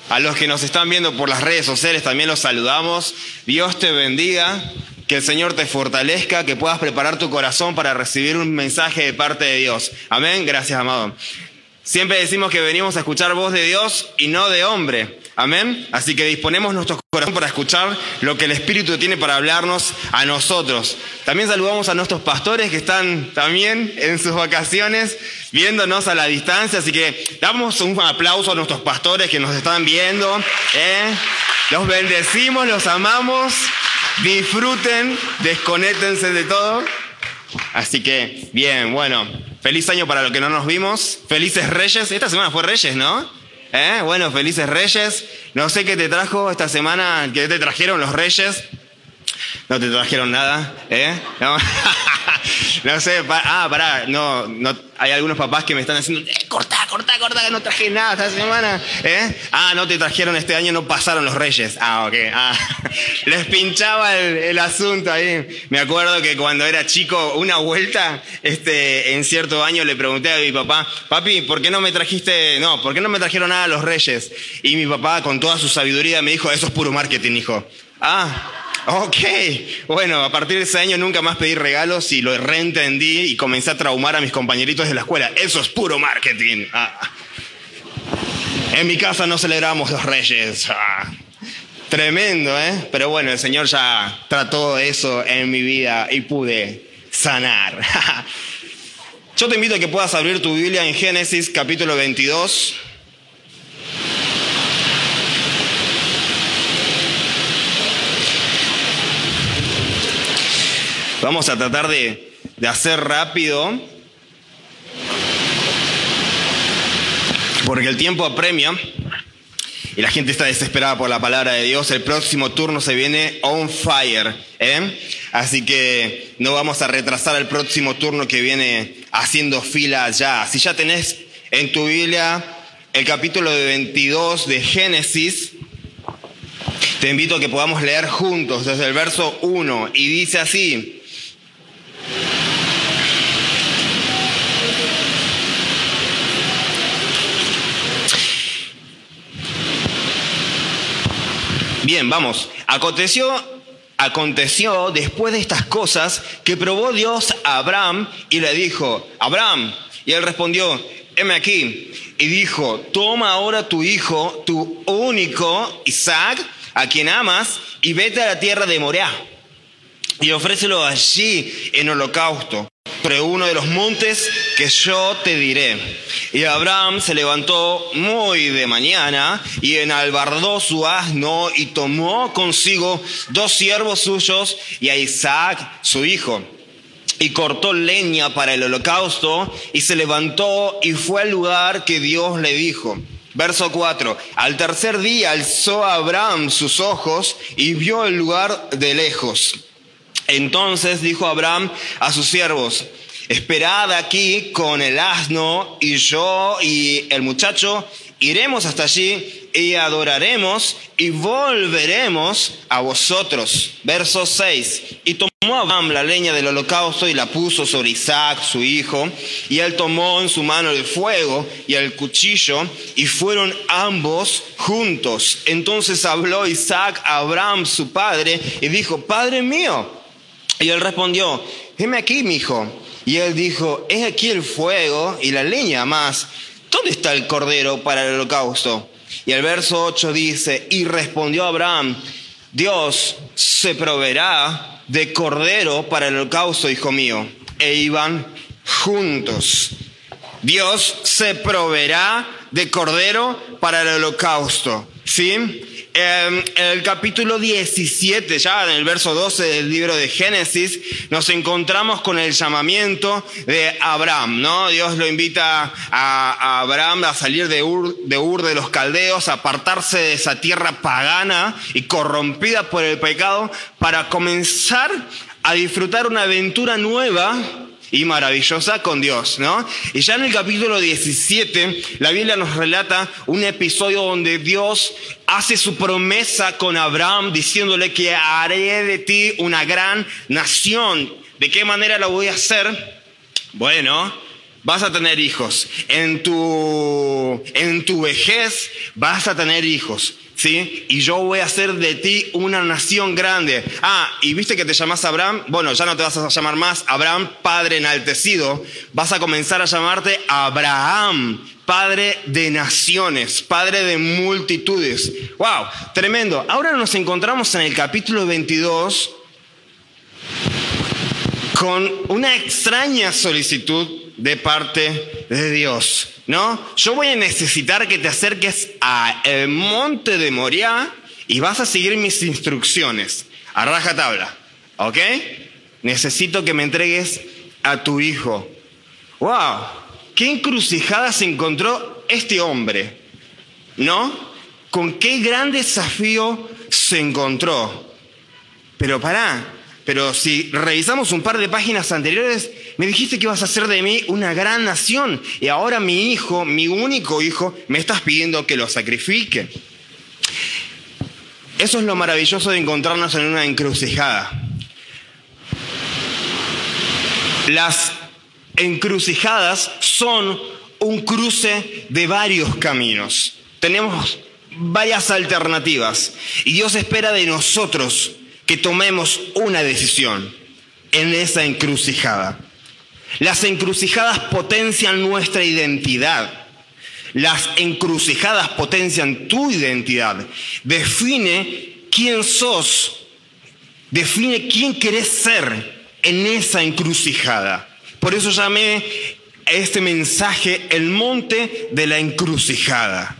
A los que nos están viendo por las redes sociales también los saludamos. Dios te bendiga, que el Señor te fortalezca, que puedas preparar tu corazón para recibir un mensaje de parte de Dios. Amén. Gracias, amado. Siempre decimos que venimos a escuchar voz de Dios y no de hombre. Amén. Así que disponemos nuestros corazones para escuchar lo que el Espíritu tiene para hablarnos a nosotros. También saludamos a nuestros pastores que están también en sus vacaciones viéndonos a la distancia. Así que damos un aplauso a nuestros pastores que nos están viendo. Los bendecimos, los amamos. Disfruten, desconéctense de todo. Así que, bien, bueno, feliz año para los que no nos vimos. Felices Reyes. Esta semana fue Reyes, ¿no? Bueno, felices Reyes. No sé qué te trajo esta semana, qué te trajeron los Reyes. No te trajeron nada, No, no sé, pará, no, hay algunos papás que me están haciendo, cortá, que no traje nada esta semana, no te trajeron este año, no pasaron los Reyes. Ok, les pinchaba el asunto ahí. Me acuerdo que cuando era chico, una vuelta, en cierto año le pregunté a mi papá, papi, ¿por qué no me trajeron nada los Reyes? Y mi papá, con toda su sabiduría, me dijo, eso es puro marketing, hijo. Ok, bueno, a partir de ese año nunca más pedí regalos y lo reentendí y comencé a traumar a mis compañeritos de la escuela. Eso es puro marketing. En mi casa no celebramos los Reyes. Tremendo, Pero bueno, el Señor ya trató eso en mi vida y pude sanar. Yo te invito a que puedas abrir tu Biblia en Génesis capítulo 22. Vamos a tratar de hacer rápido, porque el tiempo apremia y la gente está desesperada por la palabra de Dios. El próximo turno se viene on fire, Así que no vamos a retrasar el próximo turno que viene haciendo fila ya. Si ya tenés en tu Biblia el capítulo 22 de Génesis, te invito a que podamos leer juntos desde el verso 1 y dice así: Bien, vamos. Aconteció después de estas cosas que probó Dios a Abraham y le dijo, Abraham, y él respondió, heme aquí. Y dijo, toma ahora tu hijo, tu único, Isaac, a quien amas, y vete a la tierra de Moriah, y ofrécelo allí en holocausto, sobre uno de los montes que yo te diré. Y Abraham se levantó muy de mañana y enalbardó su asno y tomó consigo 2 siervos suyos y a Isaac su hijo. Y cortó leña para el holocausto y se levantó y fue al lugar que Dios le dijo. Verso 4. Al tercer día alzó Abraham sus ojos y vio el lugar de lejos. Entonces dijo Abraham a sus siervos, esperad aquí con el asno y yo y el muchacho iremos hasta allí y adoraremos y volveremos a vosotros. Verso 6. Y tomó Abraham la leña del holocausto y la puso sobre Isaac su hijo, y él tomó en su mano el fuego y el cuchillo, y fueron ambos juntos. Entonces habló Isaac a Abraham su padre y dijo, Padre mío. Y él respondió, heme aquí, mi hijo. Y él dijo, he aquí el fuego y la leña, mas ¿dónde está el cordero para el holocausto? Y el verso 8 dice, y respondió Abraham, Dios se proveerá de cordero para el holocausto, hijo mío. E iban juntos. Dios se proveerá de cordero para el holocausto. ¿Sí? El capítulo 17, ya en el verso 12 del libro de Génesis, nos encontramos con el llamamiento de Abraham, ¿no? Dios lo invita a Abraham a salir de Ur de los Caldeos, a apartarse de esa tierra pagana y corrompida por el pecado, para comenzar a disfrutar una aventura nueva y maravillosa con Dios, ¿no? Y ya en el capítulo 17, la Biblia nos relata un episodio donde Dios hace su promesa con Abraham diciéndole que haré de ti una gran nación. ¿De qué manera lo voy a hacer? Bueno, vas a tener hijos. En tu vejez vas a tener hijos. ¿Sí? Y yo voy a hacer de ti una nación grande. Y viste que te llamas Abraham. Bueno, ya no te vas a llamar más Abraham, padre enaltecido. Vas a comenzar a llamarte Abraham, padre de naciones, padre de multitudes. ¡Wow! Tremendo. Ahora nos encontramos en el capítulo 22 con una extraña solicitud de parte de Dios, ¿no? Yo voy a necesitar que te acerques al monte de Moriah y vas a seguir mis instrucciones a rajatabla, ¿ok? Necesito que me entregues a tu hijo. ¡Wow! ¿Qué encrucijada se encontró este hombre? ¿No? ¿Con qué gran desafío se encontró? Pero si revisamos un par de páginas anteriores, me dijiste que ibas a hacer de mí una gran nación. Y ahora mi hijo, mi único hijo, me estás pidiendo que lo sacrifique. Eso es lo maravilloso de encontrarnos en una encrucijada. Las encrucijadas son un cruce de varios caminos. Tenemos varias alternativas. Y Dios espera de nosotros que tomemos una decisión en esa encrucijada. Las encrucijadas potencian nuestra identidad. Las encrucijadas potencian tu identidad. Define quién sos. Define quién querés ser en esa encrucijada. Por eso llamé a este mensaje el monte de la encrucijada.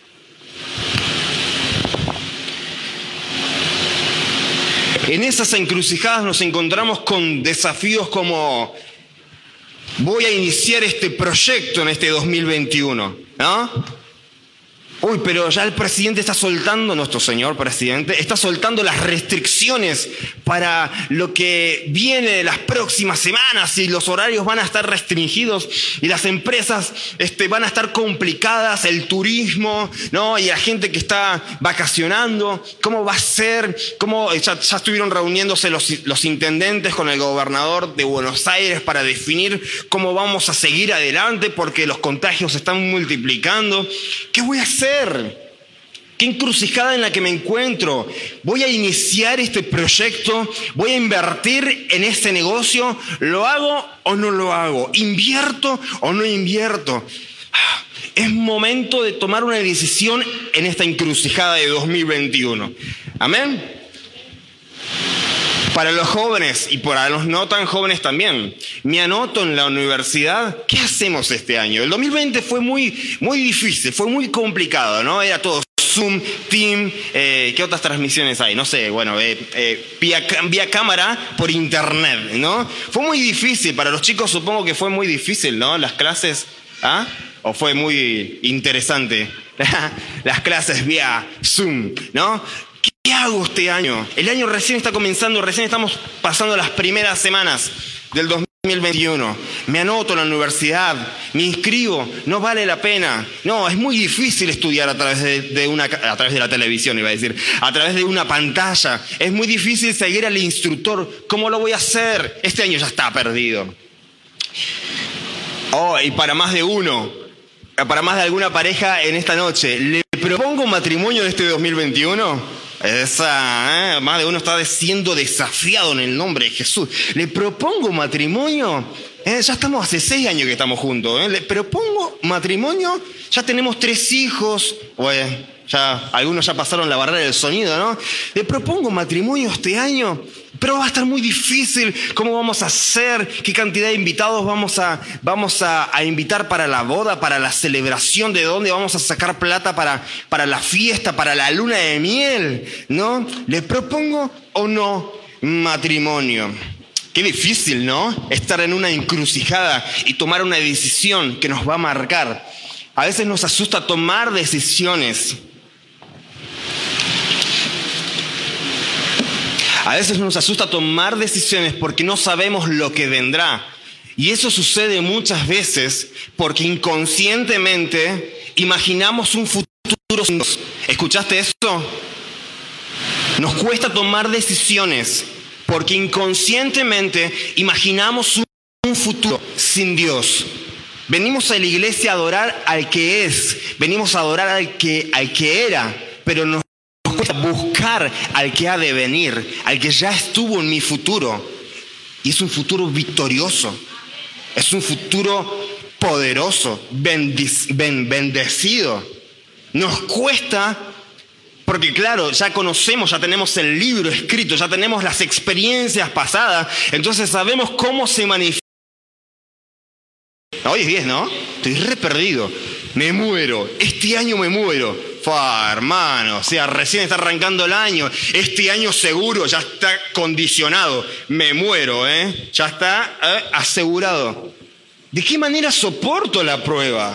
En esas encrucijadas nos encontramos con desafíos como: voy a iniciar este proyecto en este 2021, ¿no? Uy, pero ya el presidente está soltando, nuestro señor presidente, está soltando las restricciones para lo que viene de las próximas semanas, y los horarios van a estar restringidos y las empresas van a estar complicadas, el turismo, ¿no? Y la gente que está vacacionando, ¿cómo va a ser? Ya estuvieron reuniéndose los intendentes con el gobernador de Buenos Aires para definir cómo vamos a seguir adelante porque los contagios se están multiplicando. ¿Qué voy a hacer? ¿Qué encrucijada en la que me encuentro? ¿Voy a iniciar este proyecto? ¿Voy a invertir en este negocio? ¿Lo hago o no lo hago? ¿Invierto o no invierto? Es momento de tomar una decisión en esta encrucijada de 2021. ¿Amén? Para los jóvenes y para los no tan jóvenes también. Me anoto en la universidad. ¿Qué hacemos este año? El 2020 fue muy difícil, fue muy complicado, ¿no? Era todo Zoom, Team, ¿qué otras transmisiones hay? No sé, bueno, vía cámara por internet, ¿no? Fue muy difícil. Para los chicos supongo que fue muy difícil, ¿no? Las clases, ¿o fue muy interesante? Las clases vía Zoom, ¿no? ¿Qué hago este año? El año recién está comenzando, recién estamos pasando las primeras semanas del 2021. Me anoto en la universidad, me inscribo, no vale la pena. No, es muy difícil estudiar a través de la televisión, iba a decir, a través de una pantalla. Es muy difícil seguir al instructor. ¿Cómo lo voy a hacer? Este año ya está perdido. Y para más de uno, para más de alguna pareja en esta noche, ¿le propongo matrimonio en este 2021? Más de uno está siendo desafiado en el nombre de Jesús. ¿Le propongo matrimonio? Ya estamos hace 6 años que estamos juntos. ¿Le propongo matrimonio? Ya tenemos 3 hijos. Ya algunos ya pasaron la barrera del sonido, ¿no? ¿Le propongo matrimonio este año? Pero va a estar muy difícil. ¿Cómo vamos a hacer? ¿Qué cantidad de invitados vamos a invitar para la boda, para la celebración? ¿De dónde vamos a sacar plata para la fiesta, para la luna de miel? ¿No? ¿Le propongo o no matrimonio? Qué difícil, ¿no? Estar en una encrucijada y tomar una decisión que nos va a marcar. A veces nos asusta tomar decisiones. A veces nos asusta tomar decisiones porque no sabemos lo que vendrá. Y eso sucede muchas veces porque inconscientemente imaginamos un futuro sin Dios. ¿Escuchaste eso? Nos cuesta tomar decisiones porque inconscientemente imaginamos un futuro sin Dios. Venimos a la iglesia a adorar al que es, venimos a adorar al que era, pero nos cuesta buscar al que ha de venir, al que ya estuvo en mi futuro. Y es un futuro victorioso, es un futuro poderoso, bendecido. Nos cuesta, porque claro, ya conocemos, ya tenemos el libro escrito, ya tenemos las experiencias pasadas, entonces sabemos cómo se manifiesta. Hoy es 10, ¿no? Estoy re perdido. Me muero. Este año me muero. Hermano, o sea, recién está arrancando el año. Este año seguro ya está condicionado. Me muero, ya está asegurado. ¿De qué manera soporto la prueba?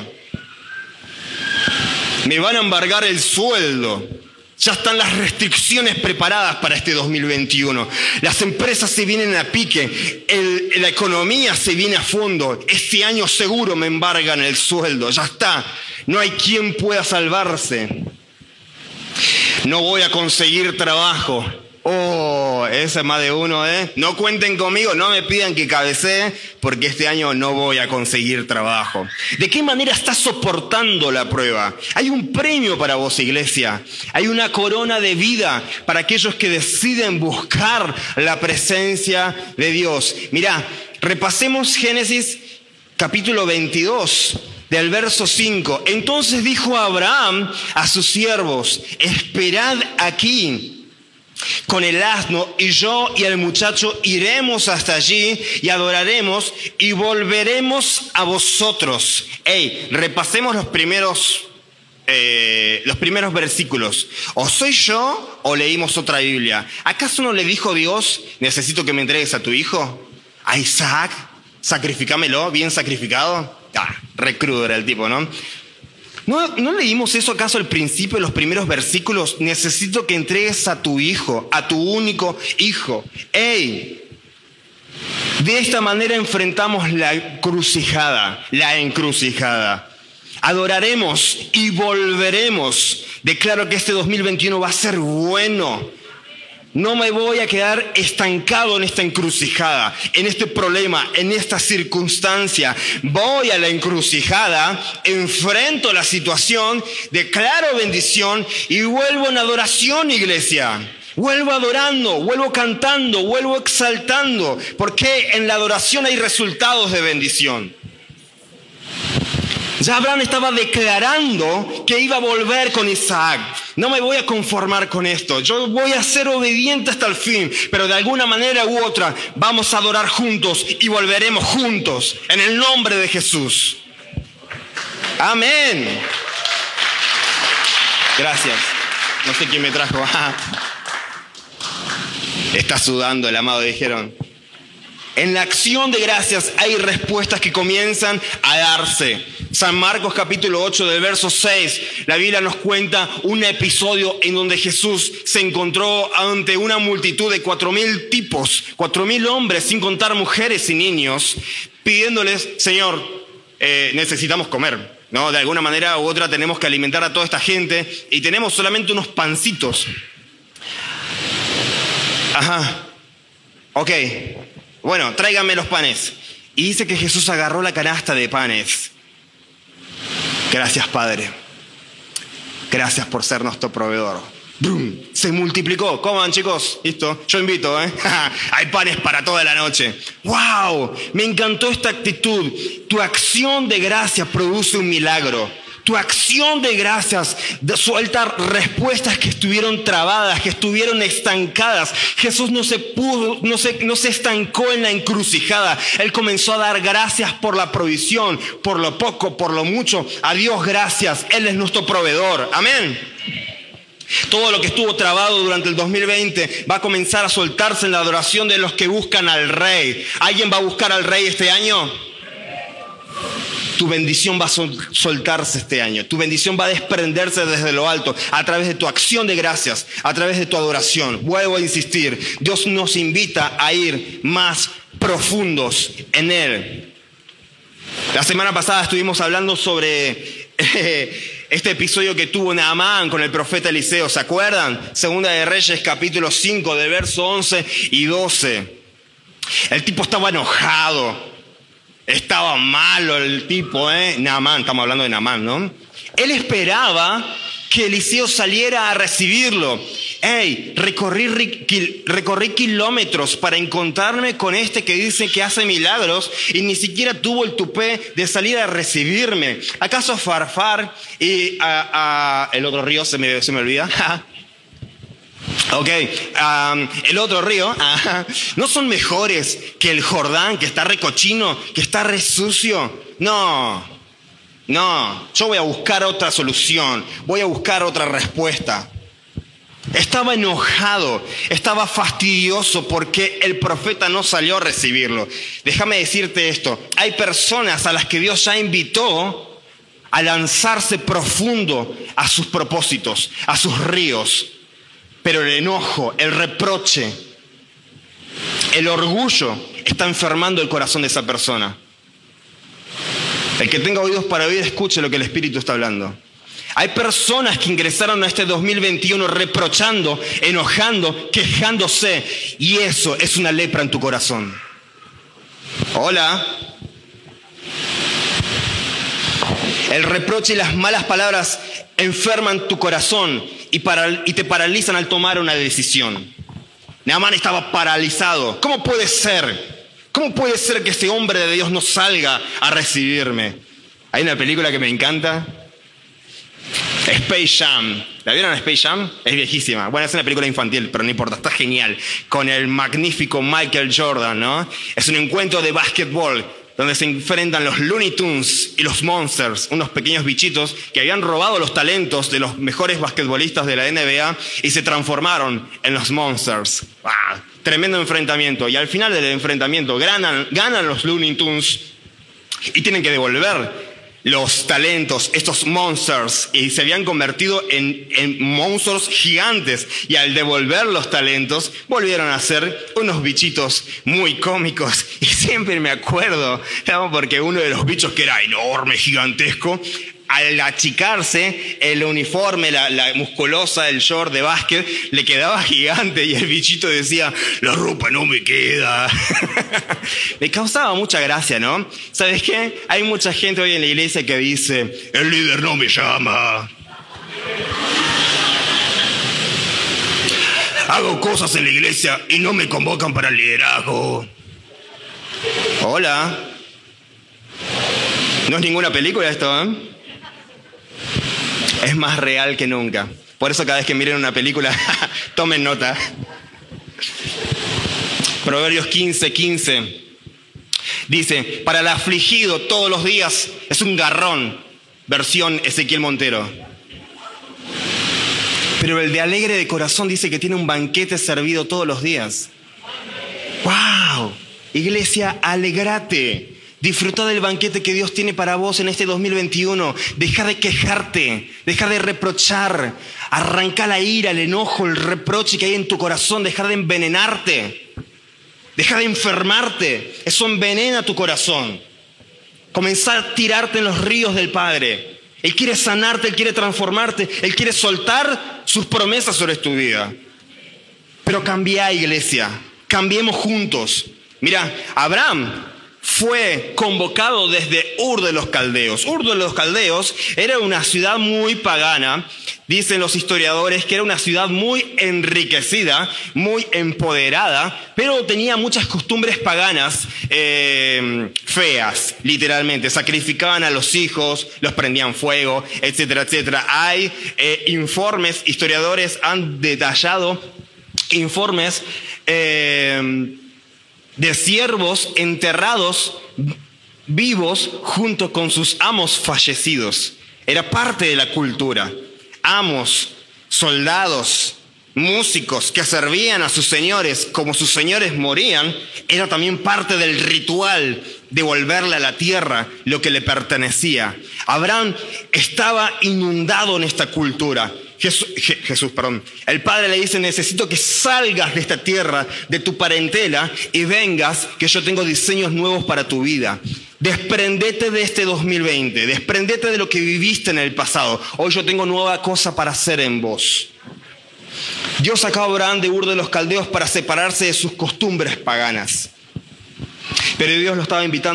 Me van a embargar el sueldo. Ya están las restricciones preparadas para este 2021. Las empresas se vienen a pique. La economía se viene a fondo. Este año seguro me embargan el sueldo. Ya está. No hay quien pueda salvarse. No voy a conseguir trabajo. Oh, ese es más de uno, No cuenten conmigo, no me pidan que cabecee, porque este año no voy a conseguir trabajo. ¿De qué manera estás soportando la prueba? Hay un premio para vos, iglesia. Hay una corona de vida para aquellos que deciden buscar la presencia de Dios. Mirá, repasemos Génesis capítulo 22. Del verso 5. Entonces dijo Abraham a sus siervos: esperad aquí con el asno, y yo y el muchacho iremos hasta allí y adoraremos y volveremos a vosotros. Repasemos los primeros versículos. ¿O soy yo o leímos otra Biblia? ¿Acaso no le dijo Dios: necesito que me entregues a tu hijo, a Isaac? Sacrificámelo, bien sacrificado. Re crudo era el tipo, ¿no? ¿No leímos eso acaso al principio, en los primeros versículos? Necesito que entregues a tu hijo, a tu único hijo. De esta manera enfrentamos la encrucijada. Adoraremos y volveremos. Declaro que este 2021 va a ser bueno. No me voy a quedar estancado en esta encrucijada, en este problema, en esta circunstancia. Voy a la encrucijada, enfrento la situación, declaro bendición y vuelvo en adoración, iglesia. Vuelvo adorando, vuelvo cantando, vuelvo exaltando, porque en la adoración hay resultados de bendición. Ya Abraham estaba declarando que iba a volver con Isaac. No me voy a conformar con esto. Yo voy a ser obediente hasta el fin. Pero de alguna manera u otra vamos a adorar juntos y volveremos juntos. En el nombre de Jesús. Amén. Gracias. No sé quién me trajo. Está sudando el amado, dijeron. En la acción de gracias hay respuestas que comienzan a darse. San Marcos capítulo 8 del verso 6, la Biblia nos cuenta un episodio en donde Jesús se encontró ante una multitud de 4,000 tipos, 4,000 hombres, sin contar mujeres y niños, pidiéndoles: Señor, necesitamos comer, ¿no? De alguna manera u otra tenemos que alimentar a toda esta gente y tenemos solamente unos pancitos. Ok. Bueno, tráiganme los panes. Y dice que Jesús agarró la canasta de panes. Gracias, Padre. Gracias por ser nuestro proveedor. ¡Brum! Se multiplicó. Coman, chicos. Listo. Yo invito, Hay panes para toda la noche. ¡Wow! Me encantó esta actitud. Tu acción de gracias produce un milagro. Tu acción de gracias suelta respuestas que estuvieron trabadas, que estuvieron estancadas. Jesús no se estancó en la encrucijada. Él comenzó a dar gracias por la provisión, por lo poco, por lo mucho. A Dios gracias. Él es nuestro proveedor. Amén. Todo lo que estuvo trabado durante el 2020 va a comenzar a soltarse en la adoración de los que buscan al Rey. ¿Alguien va a buscar al Rey este año? Tu bendición va a soltarse este año. Tu bendición va a desprenderse desde lo alto a través de tu acción de gracias, a través de tu adoración. Vuelvo a insistir, Dios nos invita a ir más profundos en Él. La semana pasada estuvimos hablando sobre este episodio que tuvo Naamán con el profeta Eliseo. ¿Se acuerdan? Segunda de Reyes capítulo 5 del verso 11 y 12. El tipo estaba enojado. Estaba malo el tipo, Naamán, estamos hablando de Naamán, ¿no? Él esperaba que Eliseo saliera a recibirlo. Recorrí kilómetros para encontrarme con este que dice que hace milagros y ni siquiera tuvo el tupé de salir a recibirme. ¿Acaso Farfar y el otro río se me olvida? Ok, el otro río, ¿no son mejores que el Jordán, que está re cochino, que está re sucio? No, yo voy a buscar otra solución, voy a buscar otra respuesta. Estaba enojado, estaba fastidioso porque el profeta no salió a recibirlo. Déjame decirte esto, hay personas a las que Dios ya invitó a lanzarse profundo a sus propósitos, a sus ríos. Pero el enojo, el reproche, el orgullo está enfermando el corazón de esa persona. El que tenga oídos para oír, escuche lo que el Espíritu está hablando. Hay personas que ingresaron a este 2021 reprochando, enojando, quejándose, y eso es una lepra en tu corazón. Hola. El reproche y las malas palabras enferman tu corazón y te paralizan al tomar una decisión. Naamán estaba paralizado. ¿Cómo puede ser? ¿Cómo puede ser que este hombre de Dios no salga a recibirme? Hay una película que me encanta, Space Jam. ¿La vieron Space Jam? Es viejísima. Bueno, es una película infantil, pero no importa, está genial. Con el magnífico Michael Jordan, ¿no? Es un encuentro de básquetbol donde se enfrentan los Looney Tunes y los Monsters, unos pequeños bichitos que habían robado los talentos de los mejores basquetbolistas de la NBA y se transformaron en los Monsters. ¡Ah! Tremendo enfrentamiento. Y al final del enfrentamiento ganan los Looney Tunes y tienen que devolver los talentos, estos monsters, y se habían convertido en monstruos gigantes, y al devolver los talentos volvieron a ser unos bichitos muy cómicos. Y siempre me acuerdo, ¿no? Porque uno de los bichos que era enorme, gigantesco, al achicarse el uniforme, la musculosa, el short de básquet, le quedaba gigante y el bichito decía, la ropa no me queda. Me causaba mucha gracia, ¿no? ¿Sabes qué? Hay mucha gente hoy en la iglesia que dice, el líder no me llama. Hago cosas en la iglesia y no me convocan para el liderazgo. Hola. No es ninguna película esto, ¿eh? Es más real que nunca. Por eso cada vez que miren una película, tomen nota. Proverbios 15:15 dice, para el afligido todos los días es un garrón. Versión Ezequiel Montero. Pero el de alegre de corazón dice que tiene un banquete servido todos los días. ¡Wow! Iglesia, alegrate. Disfruta del banquete que Dios tiene para vos en este 2021. Deja de quejarte, deja de reprochar, arranca la ira, el enojo, el reproche que hay en tu corazón, deja de envenenarte, deja de enfermarte. Eso envenena tu corazón. Comenzá a tirarte en los ríos del Padre. Él quiere sanarte, Él quiere transformarte, Él quiere soltar sus promesas sobre tu vida. Pero cambia, iglesia, cambiemos juntos. Mira, Abraham fue convocado desde Ur de los Caldeos. Ur de los Caldeos era una ciudad muy pagana. Dicen los historiadores que era una ciudad muy enriquecida, muy empoderada, pero tenía muchas costumbres paganas feas, literalmente. Sacrificaban a los hijos, los prendían fuego, etcétera, etcétera. Hay informes, historiadores han detallado informes de siervos enterrados vivos junto con sus amos fallecidos. Era parte de la cultura. Amos, soldados, músicos que servían a sus señores como sus señores morían, era también parte del ritual de devolverle a la tierra lo que le pertenecía. Abraham estaba inundado en esta cultura. Jesús, el Padre le dice, necesito que salgas de esta tierra, de tu parentela, y vengas, que yo tengo diseños nuevos para tu vida. Desprendete de este 2020, desprendete de lo que viviste en el pasado. Hoy yo tengo nueva cosa para hacer en vos. Dios sacó a Abraham de Ur de los Caldeos para separarse de sus costumbres paganas. Pero Dios lo estaba invitando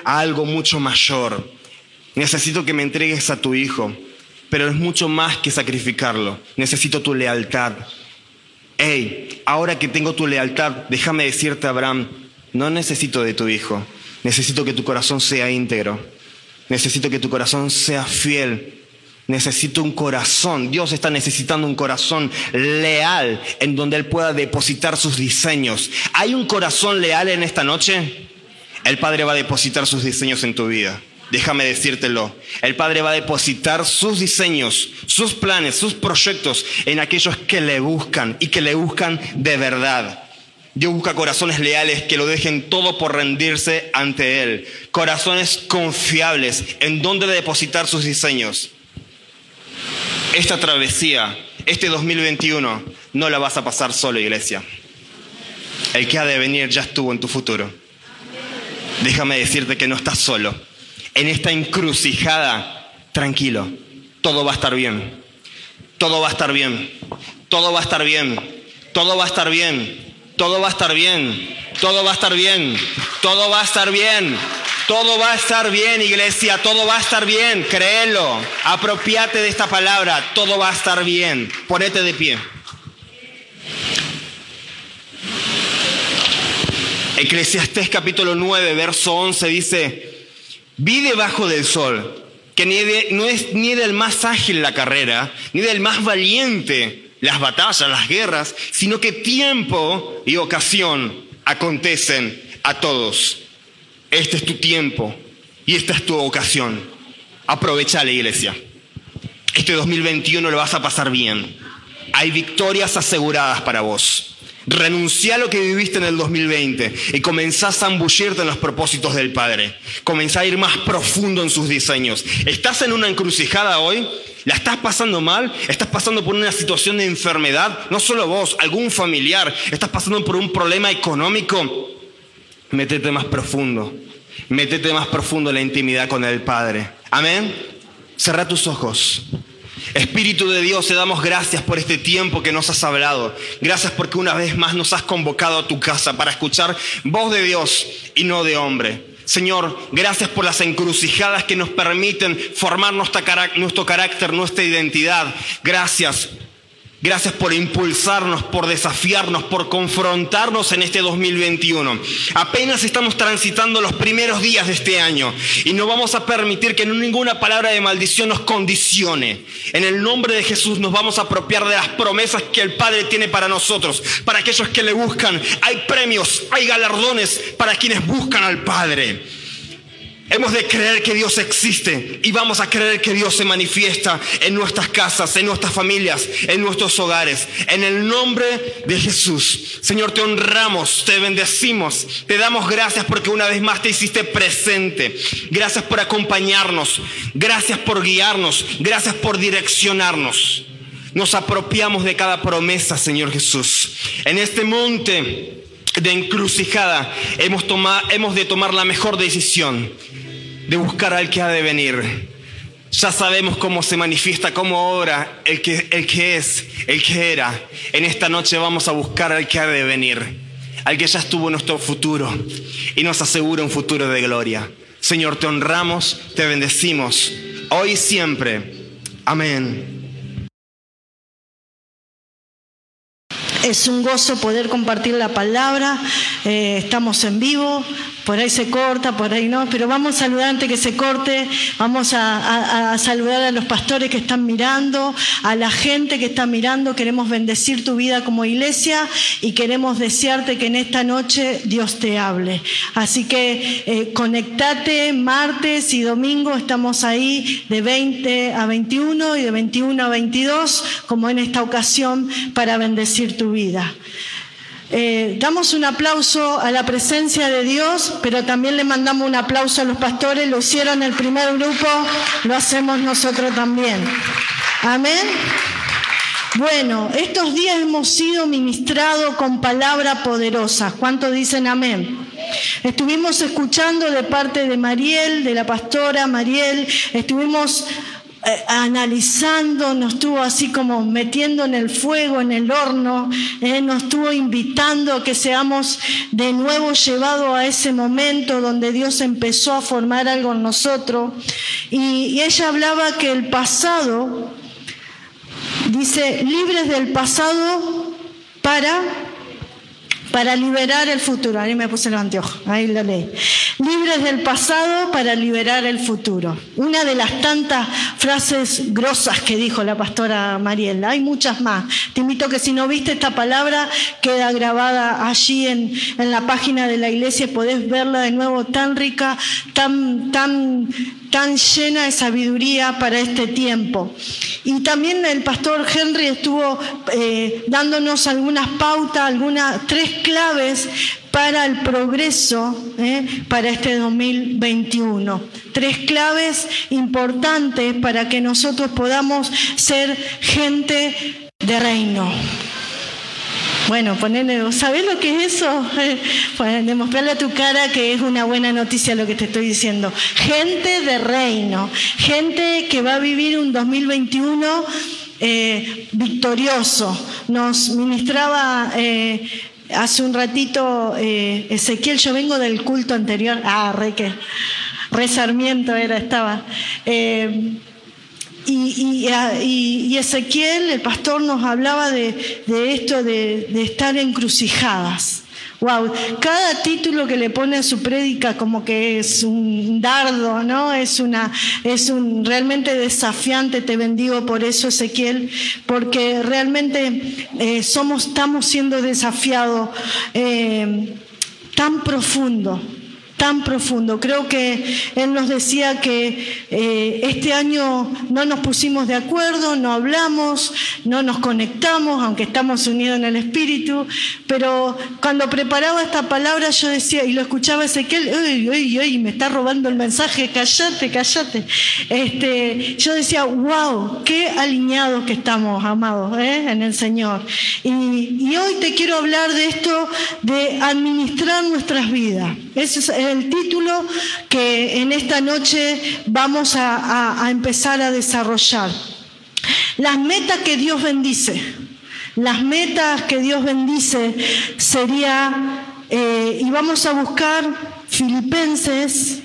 a algo mucho mayor. Necesito que me entregues a tu hijo, pero es mucho más que sacrificarlo. Necesito tu lealtad. Hey, ahora que tengo tu lealtad, déjame decirte, Abraham, no necesito de tu hijo. Necesito que tu corazón sea íntegro. Necesito que tu corazón sea fiel. Necesito un corazón. Dios está necesitando un corazón leal en donde Él pueda depositar sus diseños. ¿Hay un corazón leal en esta noche? El Padre va a depositar sus diseños en tu vida. Déjame decírtelo. El Padre va a depositar sus diseños, sus planes, sus proyectos en aquellos que le buscan y que le buscan de verdad. Dios busca corazones leales que lo dejen todo por rendirse ante Él. Corazones confiables en donde depositar sus diseños. Esta travesía, este 2021, no la vas a pasar solo, iglesia. El que ha de venir ya estuvo en tu futuro. Déjame decirte que no estás solo. En esta encrucijada, tranquilo, todo va a estar bien. Todo va a estar bien. Todo va a estar bien. Todo va a estar bien. Todo va a estar bien. Todo va a estar bien. Todo va a estar bien. Todo va a estar bien, iglesia. Todo va a estar bien. Créelo. Apropiate de esta palabra. Todo va a estar bien. Ponete de pie. Eclesiastés capítulo 9, verso 11 dice: vi debajo del sol que no es ni del más ágil la carrera, ni del más valiente las batallas, las guerras, sino que tiempo y ocasión acontecen a todos. Este es tu tiempo y esta es tu ocasión. Aprovechale, iglesia. Este 2021 lo vas a pasar bien. Hay victorias aseguradas para vos. Renunciá a lo que viviste en el 2020 y comenzá a zambullirte en los propósitos del Padre. Comenzá a ir más profundo en sus diseños. ¿Estás en una encrucijada hoy? ¿La estás pasando mal? ¿Estás pasando por una situación de enfermedad? No solo vos, algún familiar. ¿Estás pasando por un problema económico? Métete más profundo. Métete más profundo en la intimidad con el Padre. Amén. Cerrá tus ojos. Espíritu de Dios, te damos gracias por este tiempo que nos has hablado. Gracias porque una vez más nos has convocado a tu casa para escuchar voz de Dios y no de hombre. Señor, gracias por las encrucijadas que nos permiten formar nuestro carácter, nuestra identidad. Gracias. Gracias por impulsarnos, por desafiarnos, por confrontarnos en este 2021. Apenas estamos transitando los primeros días de este año y no vamos a permitir que ninguna palabra de maldición nos condicione. En el nombre de Jesús nos vamos a apropiar de las promesas que el Padre tiene para nosotros. Para aquellos que le buscan, hay premios, hay galardones para quienes buscan al Padre. Hemos de creer que Dios existe y vamos a creer que Dios se manifiesta en nuestras casas, en nuestras familias, en nuestros hogares. En el nombre de Jesús, Señor, te honramos, te bendecimos, te damos gracias porque una vez más te hiciste presente. Gracias por acompañarnos, gracias por guiarnos, gracias por direccionarnos. Nos apropiamos de cada promesa, Señor Jesús. En este monte de encrucijada hemos de tomar la mejor decisión de buscar al que ha de venir. Ya sabemos cómo se manifiesta, cómo obra el que es, el que era. En esta noche vamos a buscar al que ha de venir, al que ya estuvo en nuestro futuro y nos asegura un futuro de gloria. Señor, te honramos, te bendecimos, hoy y siempre. Amén. Es un gozo poder compartir la palabra. Estamos en vivo. Por ahí se corta, por ahí no, pero vamos a saludar antes que se corte. Vamos a saludar a los pastores que están mirando, a la gente que está mirando. Queremos bendecir tu vida como iglesia y queremos desearte que en esta noche Dios te hable. Así que conectate martes y domingo. Estamos ahí de 20 a 21 y de 21 a 22, como en esta ocasión, para bendecir tu vida. Damos un aplauso a la presencia de Dios, pero también le mandamos un aplauso a los pastores. Lo hicieron el primer grupo, lo hacemos nosotros también. Amén. Bueno, estos días hemos sido ministrados con palabras poderosas. ¿Cuántos dicen amén? Estuvimos escuchando de parte de Mariel, de la pastora Mariel, estuvimos analizando, nos estuvo así como metiendo en el fuego, en el horno, nos estuvo invitando a que seamos de nuevo llevados a ese momento donde Dios empezó a formar algo en nosotros. Y ella hablaba que el pasado, dice, libres del pasado para liberar el futuro. Ahí me puse los anteojos, ahí lo leí. Libres del pasado para liberar el futuro. Una de las tantas frases grosas que dijo la pastora Mariela. Hay muchas más. Te invito a que si no viste esta palabra, queda grabada allí en la página de la iglesia. Podés verla de nuevo, tan rica, tan llena de sabiduría para este tiempo. Y también el pastor Henry estuvo dándonos algunas pautas, tres claves para el progreso para este 2021. Tres claves importantes para que nosotros podamos ser gente de reino. Bueno, ¿sabés lo que es eso? Demostrarle a tu cara que es una buena noticia lo que te estoy diciendo. Gente de reino, gente que va a vivir un 2021 victorioso. Nos ministraba hace un ratito Ezequiel, yo vengo del culto anterior, re Sarmiento estaba. Y Ezequiel, el pastor, nos hablaba de esto de estar encrucijadas. Wow, cada título que le pone a su prédica como que es un dardo, ¿no? Es realmente desafiante. Te bendigo por eso, Ezequiel, porque realmente estamos siendo desafiados tan profundo. Creo que él nos decía que este año no nos pusimos de acuerdo, no hablamos, no nos conectamos, aunque estamos unidos en el Espíritu, pero cuando preparaba esta palabra yo decía, y lo escuchaba Ezequiel, ¡ay, me está robando el mensaje! ¡Cállate! Yo decía, wow, qué alineados que estamos, amados, en el Señor. Y hoy te quiero hablar de esto, de administrar nuestras vidas. Ese es el título que en esta noche vamos a empezar a desarrollar. Las metas que Dios bendice. Las metas que Dios bendice sería, y vamos a buscar Filipenses.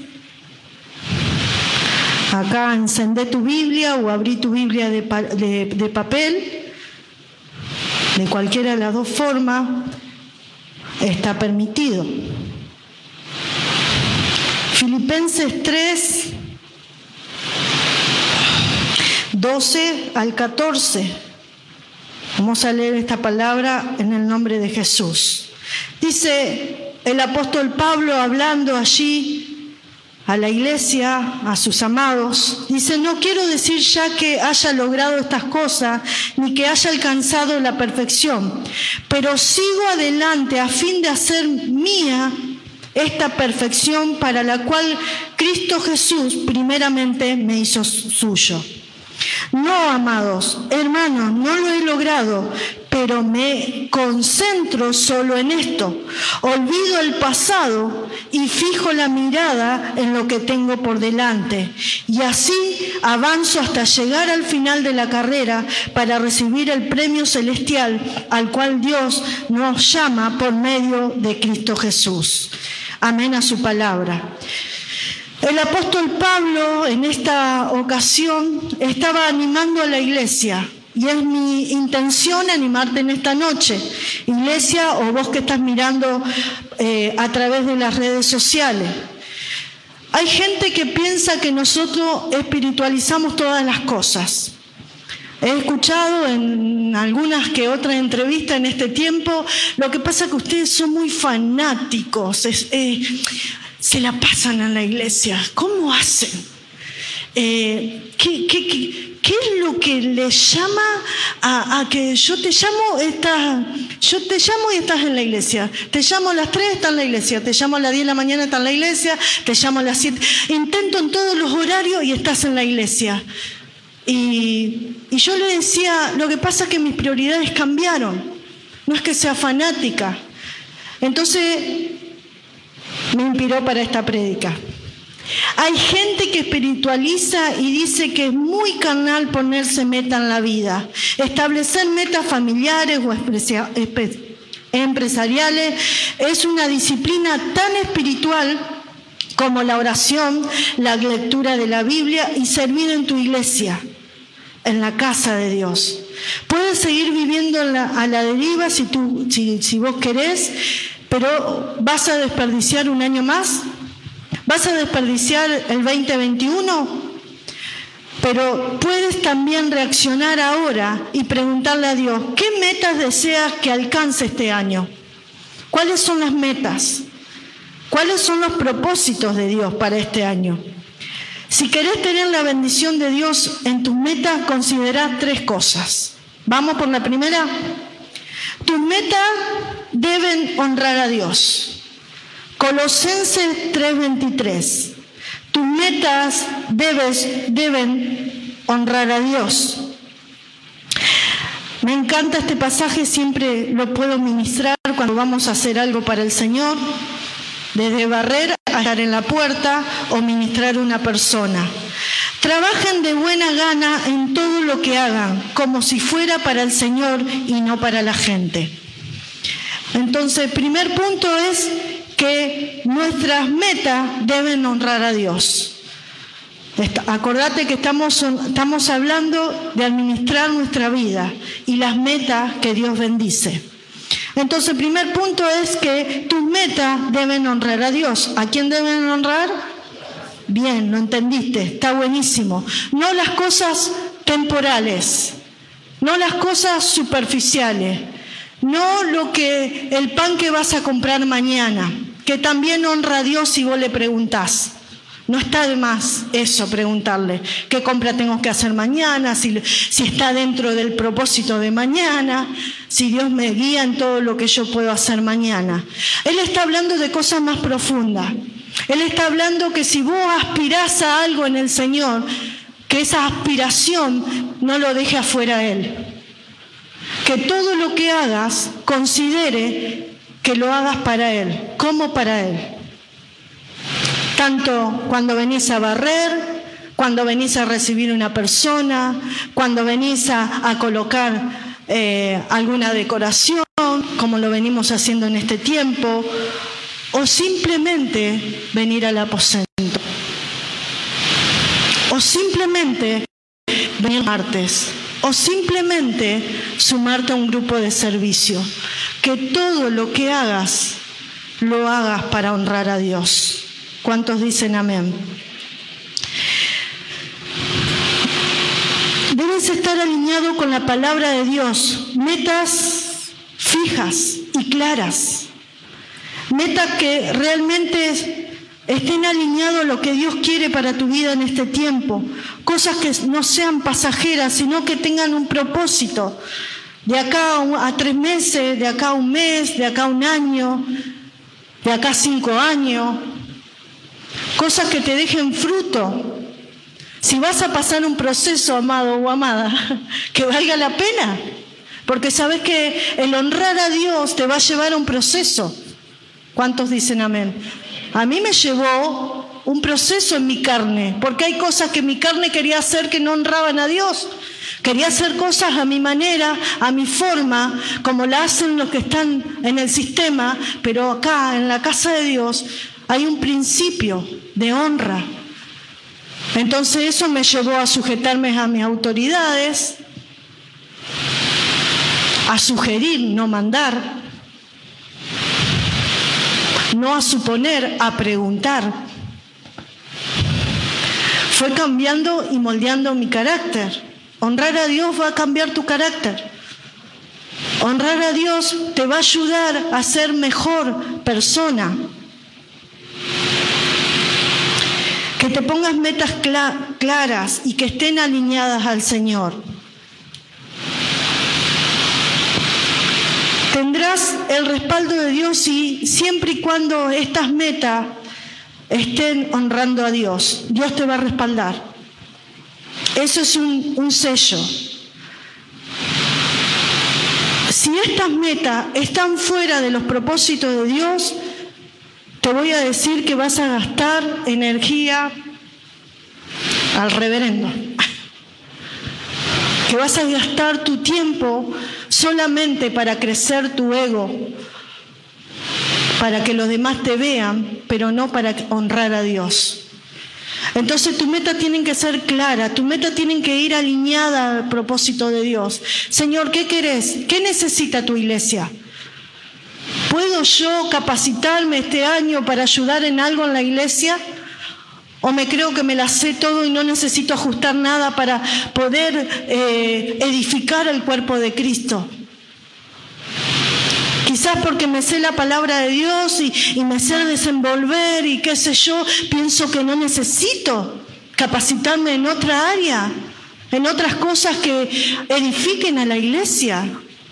Acá encendé tu Biblia o abrí tu Biblia de papel. De cualquiera de las dos formas está permitido. Filipenses 3, 12 al 14. Vamos a leer esta palabra en el nombre de Jesús. Dice el apóstol Pablo hablando allí a la iglesia, a sus amados. Dice, no quiero decir ya que haya logrado estas cosas, ni que haya alcanzado la perfección, pero sigo adelante a fin de hacer mía esta perfección para la cual Cristo Jesús primeramente me hizo suyo. No, amados hermanos, no lo he logrado, pero me concentro solo en esto. Olvido el pasado y fijo la mirada en lo que tengo por delante. Y así avanzo hasta llegar al final de la carrera para recibir el premio celestial al cual Dios nos llama por medio de Cristo Jesús. Amén a su palabra. El apóstol Pablo en esta ocasión estaba animando a la iglesia y es mi intención animarte en esta noche, iglesia o vos que estás mirando a través de las redes sociales. Hay gente que piensa que nosotros espiritualizamos todas las cosas. He escuchado en algunas que otras entrevistas en este tiempo, lo que pasa es que ustedes son muy fanáticos, se la pasan en la iglesia. ¿Cómo hacen? ¿Qué es lo que les llama a que yo te llamo y estás en la iglesia? Te llamo a las 3, estás en la iglesia. Te llamo a las 10 de la mañana, estás en la iglesia. Te llamo a las 7. Intento en todos los horarios y estás en la iglesia. Y yo le decía, lo que pasa es que mis prioridades cambiaron. No es que sea fanática. Entonces me inspiró para esta prédica. Hay gente que espiritualiza y dice que es muy carnal ponerse meta en la vida. Establecer metas familiares o empresariales es una disciplina tan espiritual como la oración, la lectura de la Biblia y servir en tu iglesia, en la casa de Dios. Puedes seguir viviendo a la deriva si vos querés, pero ¿vas a desperdiciar un año más? ¿Vas a desperdiciar el 2021? Pero puedes también reaccionar ahora y preguntarle a Dios, ¿qué metas deseas que alcance este año? ¿Cuáles son las metas? ¿Cuáles son los propósitos de Dios para este año? Si querés tener la bendición de Dios en tus metas, considerá 3 cosas. Vamos por la primera. Tus metas deben honrar a Dios. Colosenses 3:23. Tus metas deben honrar a Dios. Me encanta este pasaje, siempre lo puedo ministrar cuando vamos a hacer algo para el Señor, desde barrer a estar en la puerta o ministrar a una persona. Trabajen de buena gana en todo lo que hagan, como si fuera para el Señor y no para la gente. Entonces, el primer punto es que nuestras metas deben honrar a Dios. Acordate que estamos hablando de administrar nuestra vida y las metas que Dios bendice. Entonces, el primer punto es que tus metas deben honrar a Dios. ¿A quién deben honrar? Bien, lo entendiste, está buenísimo. No las cosas temporales, no las cosas superficiales, no el pan que vas a comprar mañana, que también honra a Dios si vos le preguntás. No está de más eso, preguntarle qué compra tengo que hacer mañana, si está dentro del propósito de mañana, si Dios me guía en todo lo que yo puedo hacer mañana. Él está hablando de cosas más profundas. Él está hablando que si vos aspirás a algo en el Señor, que esa aspiración no lo deje afuera a Él. Que todo lo que hagas, considere que lo hagas para Él, como para Él. Tanto cuando venís a barrer, cuando venís a recibir una persona, cuando venís a colocar alguna decoración, como lo venimos haciendo en este tiempo, o simplemente venir al aposento, o simplemente venir martes, o simplemente sumarte a un grupo de servicio. Que todo lo que hagas, lo hagas para honrar a Dios. ¿Cuántos dicen amén? Debes estar alineado con la palabra de Dios. Metas fijas y claras. Metas que realmente estén alineados a lo que Dios quiere para tu vida en este tiempo. Cosas que no sean pasajeras, sino que tengan un propósito. De acá a 3 meses, de acá a 1 mes, de acá a 1 año, de acá a 5 años. Cosas que te dejen fruto. Si vas a pasar un proceso, amado o amada, que valga la pena. Porque sabes que el honrar a Dios te va a llevar a un proceso. ¿Cuántos dicen amén? A mí me llevó un proceso en mi carne, porque hay cosas que mi carne quería hacer que no honraban a Dios. Quería hacer cosas a mi manera, a mi forma, como la hacen los que están en el sistema, pero acá, en la casa de Dios, hay un principio de honra. Entonces eso me llevó a sujetarme a mis autoridades, a sugerir, no mandar, no a suponer, a preguntar. Fue cambiando y moldeando mi carácter. Honrar a Dios va a cambiar tu carácter. Honrar a Dios te va a ayudar a ser mejor persona. Que te pongas metas claras y que estén alineadas al Señor. Tendrás el respaldo de Dios siempre y cuando estas metas estén honrando a Dios. Dios te va a respaldar. Eso es un sello. Si estas metas están fuera de los propósitos de Dios, te te voy a decir que vas a gastar energía al reverendo. Que vas a gastar tu tiempo solamente para crecer tu ego, para que los demás te vean, pero no para honrar a Dios. Entonces tu meta tiene que ser clara, tu meta tiene que ir alineada al propósito de Dios. Señor, ¿qué querés? ¿Qué necesita tu iglesia? ¿Puedo yo capacitarme este año para ayudar en algo en la iglesia? ¿O me creo que me la sé todo y no necesito ajustar nada para poder edificar el cuerpo de Cristo? Quizás porque me sé la palabra de Dios y me sé desenvolver y qué sé yo, pienso que no necesito capacitarme en otra área, en otras cosas que edifiquen a la iglesia.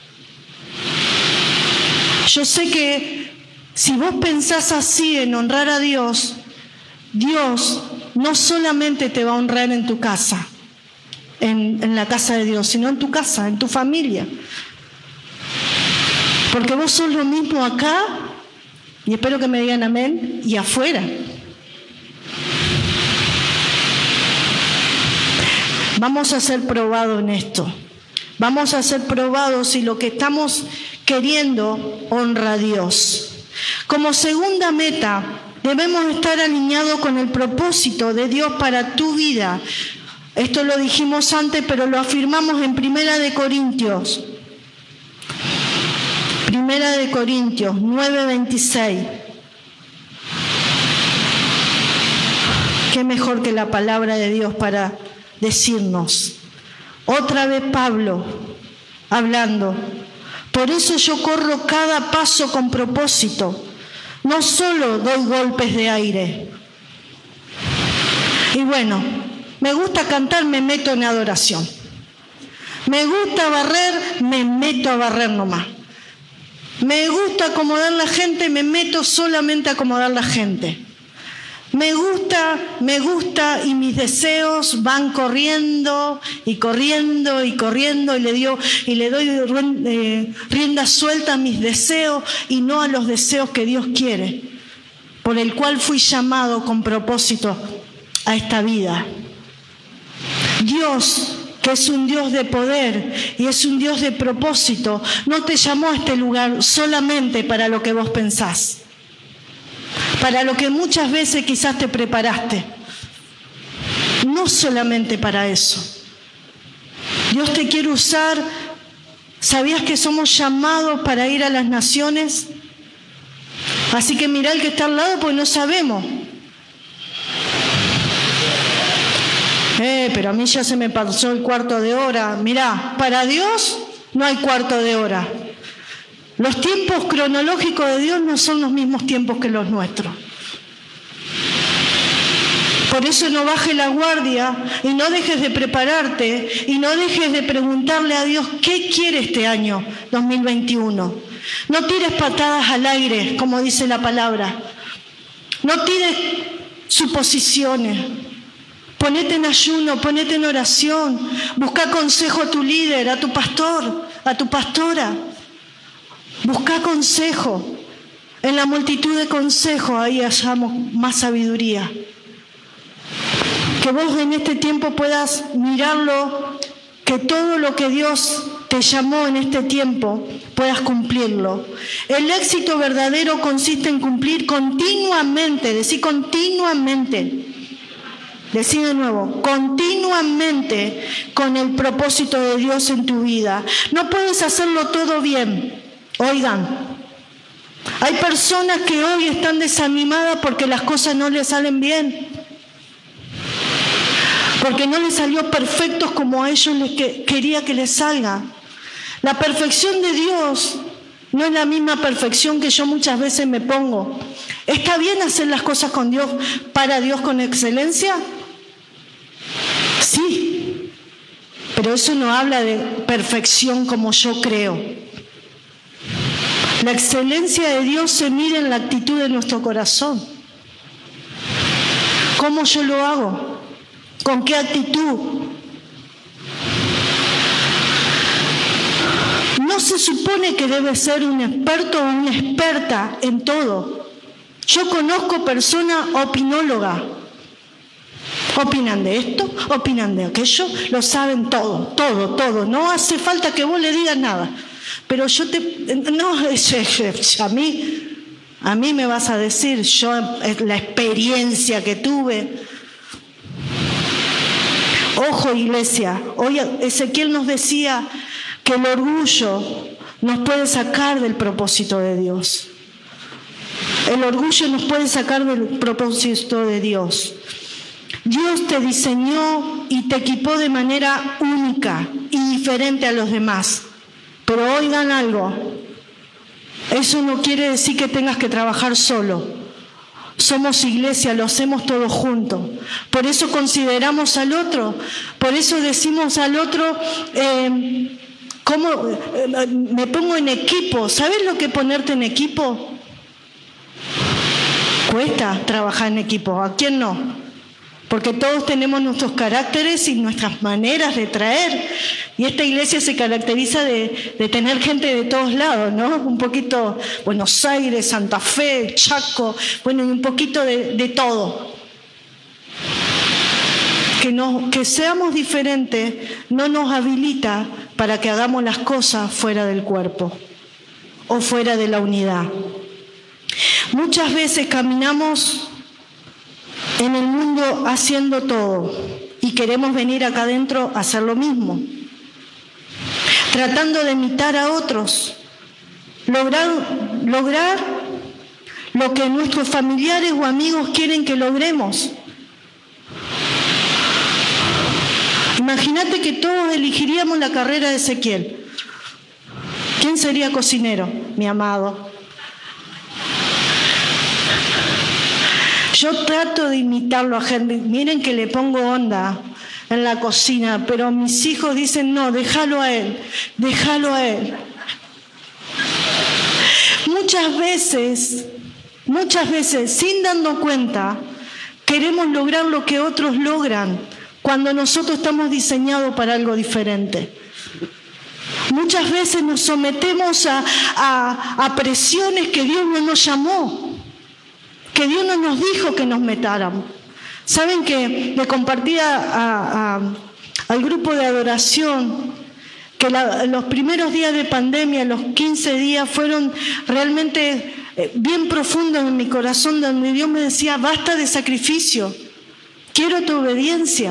Yo sé que si vos pensás así en honrar a Dios, Dios no solamente te va a honrar en tu casa, en la casa de Dios, sino en tu casa, en tu familia. Porque vos sos lo mismo acá, y espero que me digan amén, y afuera. Vamos a ser probados en esto. Vamos a ser probados si lo que estamos queriendo honra a Dios. Como segunda meta, debemos estar alineados con el propósito de Dios para tu vida. Esto lo dijimos antes, pero lo afirmamos en Primera de Corintios 9:26. Qué mejor que la palabra de Dios para decirnos. Otra vez Pablo hablando. Por eso yo corro cada paso con propósito. No solo doy golpes de aire. Y bueno, me gusta cantar, me meto en adoración. Me gusta barrer, me meto a barrer nomás. Me gusta acomodar la gente, me meto solamente a acomodar la gente. Me gusta y mis deseos van corriendo y corriendo y corriendo y le doy rienda suelta a mis deseos y no a los deseos que Dios quiere, por el cual fui llamado con propósito a esta vida. Dios, que es un Dios de poder y es un Dios de propósito, no te llamó a este lugar solamente para lo que vos pensás, para lo que muchas veces quizás te preparaste. No solamente para eso. Dios te quiere usar. ¿Sabías que somos llamados para ir a las naciones? Así que mirá el que está al lado, porque no sabemos. Pero a mí ya se me pasó el cuarto de hora. Mirá, para Dios no hay cuarto de hora. Los tiempos cronológicos de Dios no son los mismos tiempos que los nuestros. Por eso no bajes la guardia y no dejes de prepararte y no dejes de preguntarle a Dios qué quiere este año 2021. No tires patadas al aire, como dice la palabra. No tires suposiciones. Ponete en ayuno, ponete en oración. Busca consejo a tu líder, a tu pastor, a tu pastora. Busca consejo. En la multitud de consejos ahí hallamos más sabiduría. Que vos en este tiempo puedas mirarlo, que todo lo que Dios te llamó en este tiempo puedas cumplirlo. El éxito verdadero consiste en cumplir continuamente, decí continuamente. Decí de nuevo, continuamente con el propósito de Dios en tu vida. No puedes hacerlo todo bien. Oigan, hay personas que hoy están desanimadas porque las cosas no les salen bien. Porque no les salió perfectos como a ellos les quería que les salga. La perfección de Dios no es la misma perfección que yo muchas veces me pongo. ¿Está bien hacer las cosas con Dios, para Dios con excelencia? Sí, pero eso no habla de perfección como yo creo. La excelencia de Dios se mide en la actitud de nuestro corazón. ¿Cómo yo lo hago? ¿Con qué actitud? No se supone que debes ser un experto o una experta en todo. Yo conozco personas opinólogas. Opinan de esto, opinan de aquello, lo saben todo, todo, todo. No hace falta que vos le digas nada. Pero yo te... No, a mí me vas a decir, yo la experiencia que tuve. Ojo, iglesia, hoy Ezequiel nos decía que el orgullo nos puede sacar del propósito de Dios. El orgullo nos puede sacar del propósito de Dios. Dios te diseñó y te equipó de manera única y diferente a los demás. Pero oigan algo, eso no quiere decir que tengas que trabajar solo. Somos iglesia, lo hacemos todos juntos. Por eso consideramos al otro, por eso decimos al otro, ¿cómo me pongo en equipo? ¿Sabes lo que es ponerte en equipo? Cuesta trabajar en equipo, ¿a quién no? Porque todos tenemos nuestros caracteres y nuestras maneras de traer. Y esta iglesia se caracteriza de tener gente de todos lados, ¿no? Un poquito Buenos Aires, Santa Fe, Chaco, bueno, y un poquito de todo. Que seamos diferentes no nos habilita para que hagamos las cosas fuera del cuerpo o fuera de la unidad. Muchas veces caminamos en el mundo haciendo todo y queremos venir acá adentro a hacer lo mismo, tratando de imitar a otros, lograr lo que nuestros familiares o amigos quieren que logremos. Imagínate que todos elegiríamos la carrera de Ezequiel. ¿Quién sería cocinero? Mi amado. Yo trato de imitarlo a Henry. Miren que le pongo onda en la cocina, pero mis hijos dicen, no, déjalo a él, déjalo a él. Muchas veces, sin darnos cuenta, queremos lograr lo que otros logran cuando nosotros estamos diseñados para algo diferente. Muchas veces nos sometemos a presiones que Dios no nos llamó, que Dios no nos dijo que nos metáramos. Saben que le compartía al grupo de adoración que los primeros días de pandemia, los 15 días, fueron realmente bien profundos en mi corazón, donde Dios me decía, basta de sacrificio, quiero tu obediencia.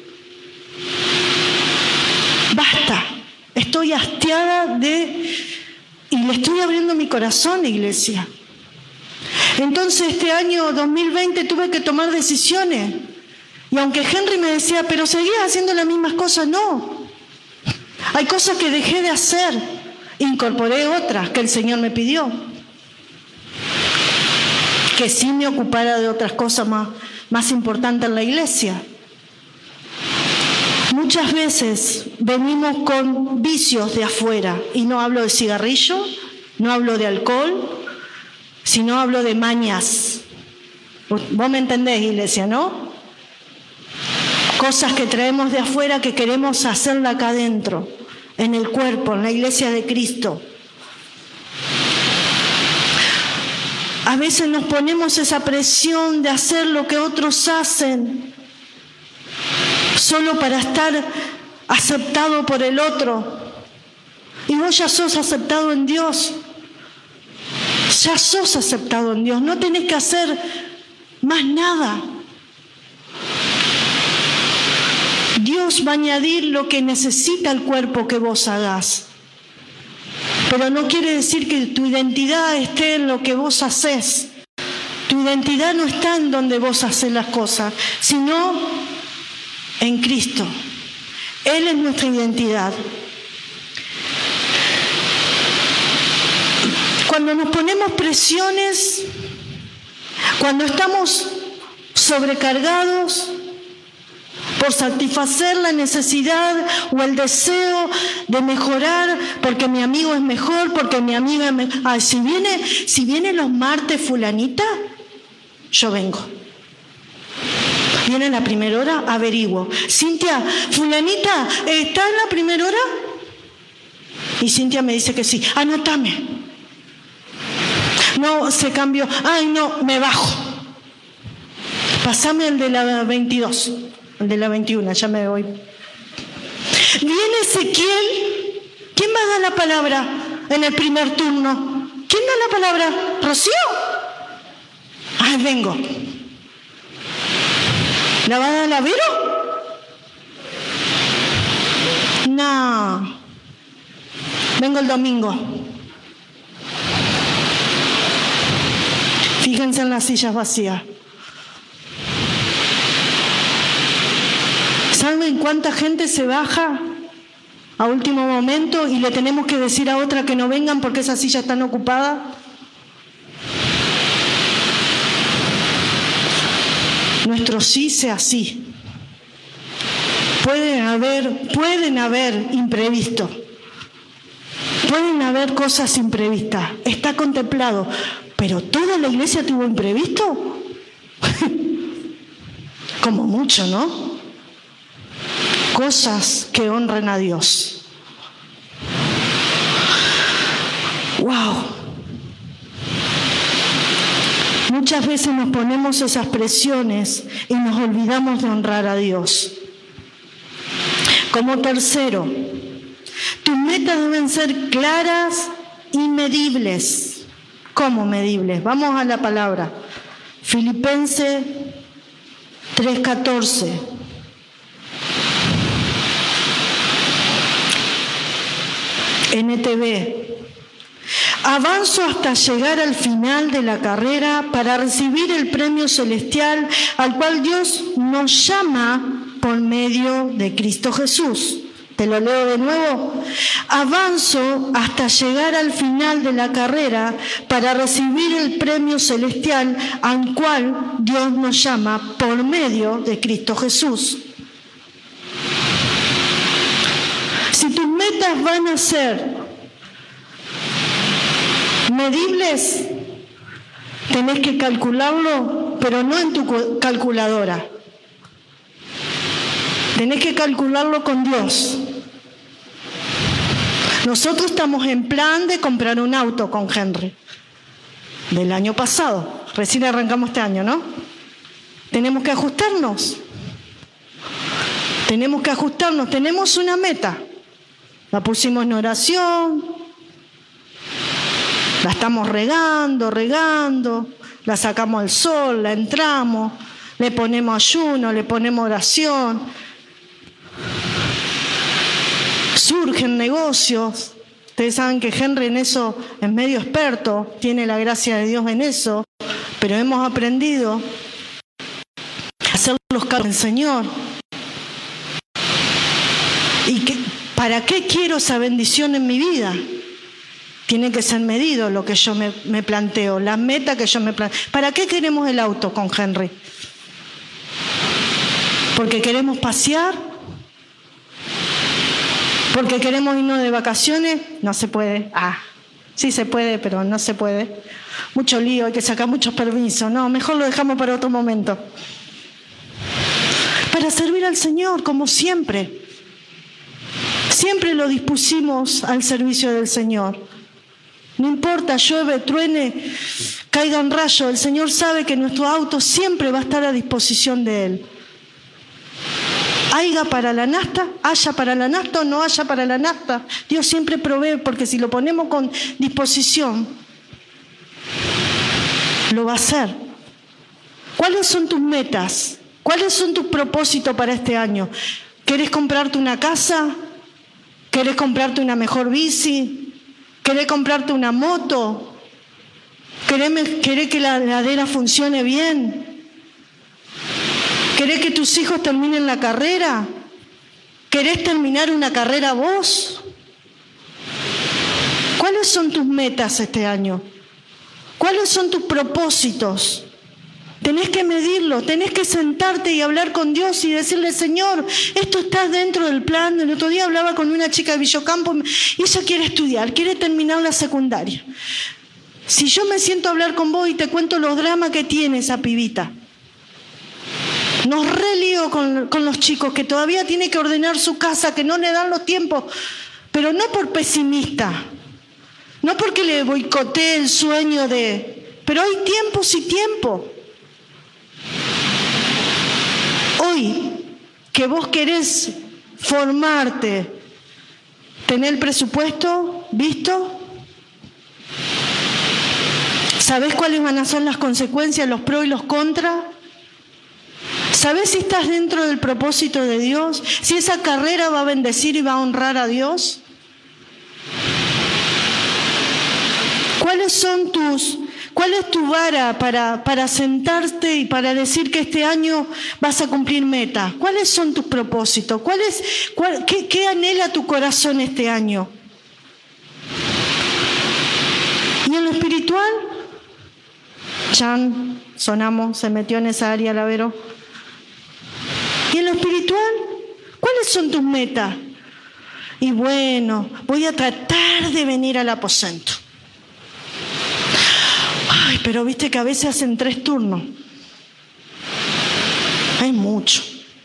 Basta, estoy hastiada y le estoy abriendo mi corazón, iglesia. Entonces este año 2020 tuve que tomar decisiones. Y aunque Henry me decía, pero seguías haciendo las mismas cosas, no. Hay cosas que dejé de hacer. Incorporé otras que el Señor me pidió. Que sí me ocupara de otras cosas más importantes en la iglesia. Muchas veces venimos con vicios de afuera. Y no hablo de cigarrillo, no hablo de alcohol, sino hablo de mañas. Vos me entendés, iglesia, ¿no? Cosas que traemos de afuera que queremos hacerla acá adentro, en el cuerpo, en la iglesia de Cristo. A veces nos ponemos esa presión de hacer lo que otros hacen, solo para estar aceptado por el otro. Y vos ya sos aceptado en Dios. Ya sos aceptado en Dios, no tenés que hacer más nada. Dios va a añadir lo que necesita el cuerpo que vos hagas. Pero no quiere decir que tu identidad esté en lo que vos hacés. Tu identidad no está en donde vos hacés las cosas, sino en Cristo. Él es nuestra identidad. Cuando nos ponemos presiones, cuando estamos sobrecargados por satisfacer la necesidad o el deseo de mejorar, porque mi amigo es mejor, porque mi amiga es mejor. Ay, si viene los martes fulanita, yo vengo. ¿Viene en la primera hora? Averiguo. Cintia, fulanita, ¿está en la primera hora? Y Cintia me dice que sí. Anótame. No, se cambió. Ay, no, me bajo. Pasame el de la 22, el de la 21, ya me voy. Viene Ezequiel. ¿Quién va a dar la palabra en el primer turno? ¿Quién da la palabra? ¿Rocío? Ay, vengo. ¿La va a dar la Vero? No. Vengo el domingo. Fíjense en las sillas vacías. ¿Saben cuánta gente se baja a último momento y le tenemos que decir a otra que no vengan porque esas sillas están ocupadas? Nuestro sí sea sí. Pueden haber imprevistos. Pueden haber cosas imprevistas. Está contemplado. ¿Pero toda la iglesia tuvo imprevisto? Como mucho, ¿no? Cosas que honren a Dios. ¡Wow! Muchas veces nos ponemos esas presiones y nos olvidamos de honrar a Dios. Como tercero, tus metas deben ser claras y medibles. ¿Cómo medibles? Vamos a la palabra. Filipenses 3:14. NTV. Avanzo hasta llegar al final de la carrera para recibir el premio celestial al cual Dios nos llama por medio de Cristo Jesús. Te lo leo de nuevo. Avanzo hasta llegar al final de la carrera para recibir el premio celestial al cual Dios nos llama por medio de Cristo Jesús. Si tus metas van a ser medibles, tenés que calcularlo, pero no en tu calculadora. Tenés que calcularlo con Dios. Nosotros estamos en plan de comprar un auto con Henry. Del año pasado. Recién arrancamos este año, ¿no? Tenemos que ajustarnos. Tenemos una meta. La pusimos en oración. La estamos regando. La sacamos al sol, la entramos. Le ponemos ayuno, le ponemos oración. Surgen negocios. Ustedes saben que Henry en eso es medio experto, tiene la gracia de Dios en eso, pero hemos aprendido a hacer los cargos del Señor. ¿Para qué quiero esa bendición en mi vida? Tiene que ser medido lo que yo me planteo, la meta que yo me planteo. ¿Para qué queremos el auto con Henry? ¿Porque queremos pasear? ¿Porque queremos irnos de vacaciones? No se puede. Sí se puede, pero no se puede. Mucho lío, hay que sacar muchos permisos. No, mejor lo dejamos para otro momento. Para servir al Señor, como siempre. Siempre lo dispusimos al servicio del Señor. No importa, llueve, truene, caigan rayos. El Señor sabe que nuestro auto siempre va a estar a disposición de Él. Haya para la nafta o no haya para la nafta. Dios siempre provee, porque si lo ponemos con disposición, lo va a hacer. ¿Cuáles son tus metas? ¿Cuáles son tus propósitos para este año? ¿Querés comprarte una casa? ¿Querés comprarte una mejor bici? ¿Querés comprarte una moto? ¿Querés que la heladera funcione bien? ¿Querés que tus hijos terminen la carrera? ¿Querés terminar una carrera vos? ¿Cuáles son tus metas este año? ¿Cuáles son tus propósitos? Tenés que medirlo, tenés que sentarte y hablar con Dios y decirle: Señor, esto está dentro del plan. El otro día hablaba con una chica de Villocampo y ella quiere estudiar, quiere terminar la secundaria. Si yo me siento a hablar con vos y te cuento los dramas que tiene esa pibita, nos relío con los chicos que todavía tiene que ordenar su casa, que no le dan los tiempos, pero no por pesimista. No porque le boicotee el sueño pero hay tiempos y tiempo. Hoy que vos querés formarte, tener el presupuesto, ¿visto? ¿Sabés cuáles van a ser las consecuencias, los pros y los contras? ¿Sabés si estás dentro del propósito de Dios? ¿Si esa carrera va a bendecir y va a honrar a Dios? ¿Cuál es tu vara para sentarte y para decir que este año vas a cumplir metas? ¿Cuáles son tus propósitos? ¿Qué anhela tu corazón este año? ¿Y en lo espiritual? Jan, sonamos, se metió en esa área, la Vero. ¿Y en lo espiritual? ¿Cuáles son tus metas? Y bueno, voy a tratar de venir al aposento. Ay, pero viste que a veces hacen 3 turnos. Hay mucho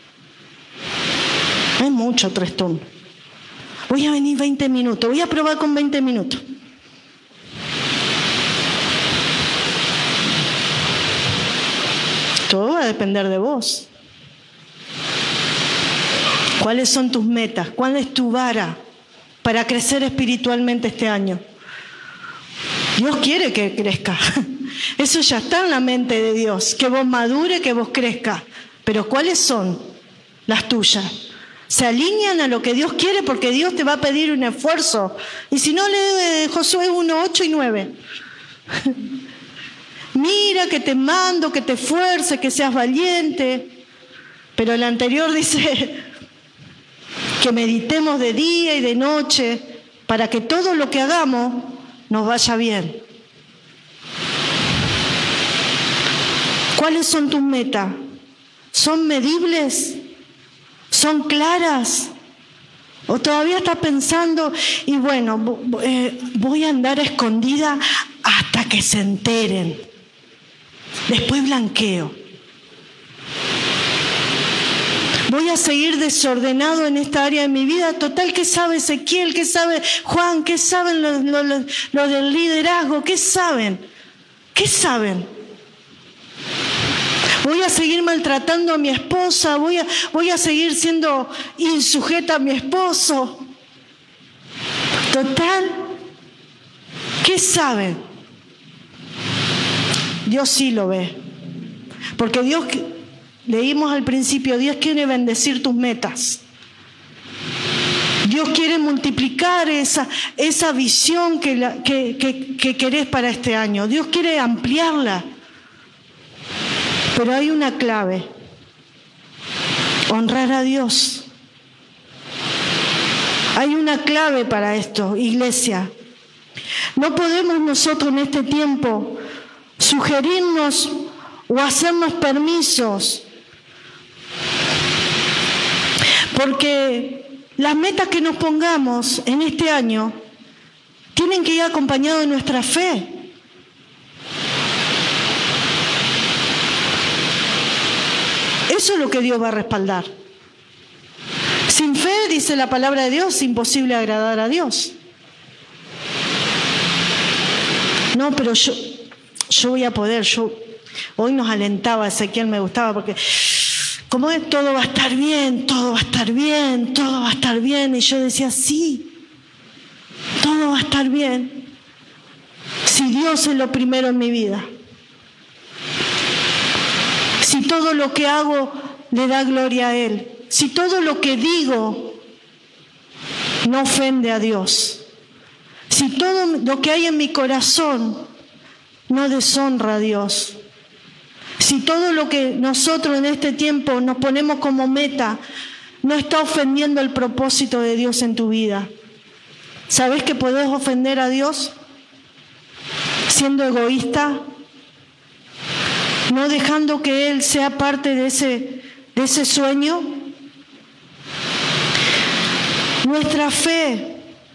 3 turnos. Voy a venir 20 minutos, voy a probar con 20 minutos. Todo va a depender de vos. ¿Cuáles son tus metas? ¿Cuál es tu vara para crecer espiritualmente este año? Dios quiere que crezca. Eso ya está en la mente de Dios. Que vos madure, que vos crezca. Pero ¿cuáles son las tuyas? Se alinean a lo que Dios quiere, porque Dios te va a pedir un esfuerzo. Y si no, lee Josué 1, 8 y 9. Mira que te mando, que te esfuerces, que seas valiente. Pero el anterior dice que meditemos de día y de noche para que todo lo que hagamos nos vaya bien. ¿Cuáles son tus metas? ¿Son medibles? ¿Son claras? ¿O todavía estás pensando, y bueno, voy a andar escondida hasta que se enteren? Después blanqueo. Voy a seguir desordenado en esta área de mi vida. Total, ¿qué sabe Ezequiel? ¿Qué sabe Juan? ¿Qué saben los del liderazgo? ¿Qué saben? ¿Qué saben? Voy a seguir maltratando a mi esposa. Voy a seguir siendo insujeta a mi esposo. Total, ¿qué saben? Dios sí lo ve. Porque Dios, leímos al principio, Dios quiere bendecir tus metas. Dios quiere multiplicar esa visión que querés para este año. Dios quiere ampliarla. Pero hay una clave: honrar a Dios. Hay una clave para esto, iglesia. No podemos nosotros en este tiempo sugerirnos o hacernos permisos, porque las metas que nos pongamos en este año tienen que ir acompañadas de nuestra fe. Eso es lo que Dios va a respaldar. Sin fe, dice la palabra de Dios, es imposible agradar a Dios. No, pero yo voy a poder. Hoy nos alentaba Ezequiel, me gustaba, porque como es, todo va a estar bien, todo va a estar bien, todo va a estar bien. Y yo decía, sí, todo va a estar bien, si Dios es lo primero en mi vida. Si todo lo que hago le da gloria a Él. Si todo lo que digo no ofende a Dios. Si todo lo que hay en mi corazón no deshonra a Dios. Si todo lo que nosotros en este tiempo nos ponemos como meta no está ofendiendo el propósito de Dios en tu vida. ¿Sabes que podés ofender a Dios siendo egoísta? No dejando que Él sea parte de ese sueño. Nuestra fe.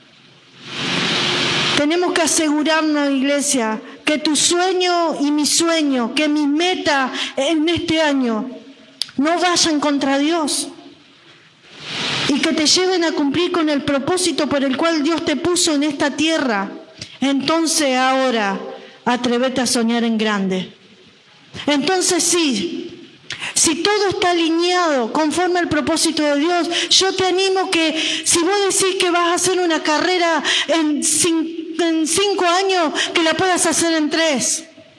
Tenemos que asegurarnos, iglesia, que tu sueño y mi sueño, que mis metas en este año no vayan contra Dios y que te lleven a cumplir con el propósito por el cual Dios te puso en esta tierra, entonces ahora atrévete a soñar en grande. Entonces sí, si todo está alineado conforme al propósito de Dios, yo te animo que si vos decís que vas a hacer una carrera en 5 años, que la puedas hacer en 3.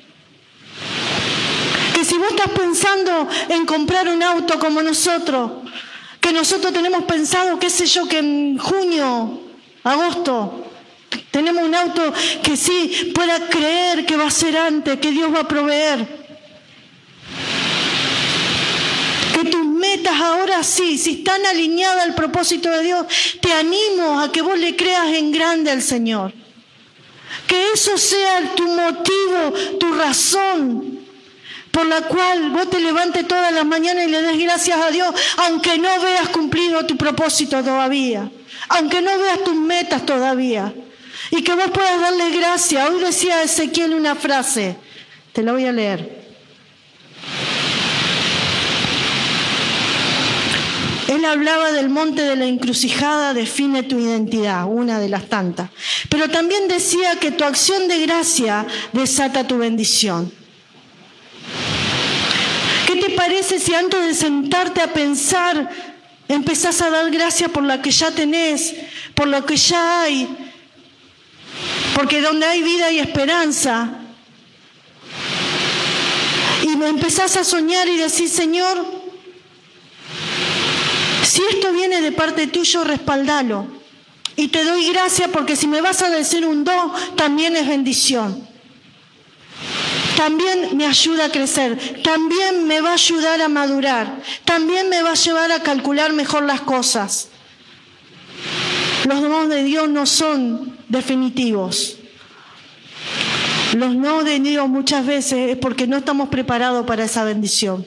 Que si vos estás pensando en comprar un auto como nosotros, que nosotros tenemos pensado, qué sé yo, que en junio, agosto, tenemos un auto que sí pueda creer que va a ser antes, que Dios va a proveer. Que tus metas ahora sí, si están alineadas al propósito de Dios, te animo a que vos le creas en grande al Señor. Que eso sea tu motivo, tu razón, por la cual vos te levantes todas las mañanas y le des gracias a Dios, aunque no veas cumplido tu propósito todavía, aunque no veas tus metas todavía, y que vos puedas darle gracias. Hoy decía Ezequiel una frase, te la voy a leer. Él hablaba del monte de la encrucijada, define tu identidad, una de las tantas. Pero también decía que tu acción de gracia desata tu bendición. ¿Qué te parece si antes de sentarte a pensar, empezás a dar gracias por lo que ya tenés, por lo que ya hay? Porque donde hay vida hay esperanza. Y me empezás a soñar y decir, Señor, si esto viene de parte tuyo, respaldalo. Y te doy gracias porque si me vas a decir un don, también es bendición. También me ayuda a crecer. También me va a ayudar a madurar. También me va a llevar a calcular mejor las cosas. Los dones de Dios no son definitivos. Los no de Dios muchas veces es porque no estamos preparados para esa bendición.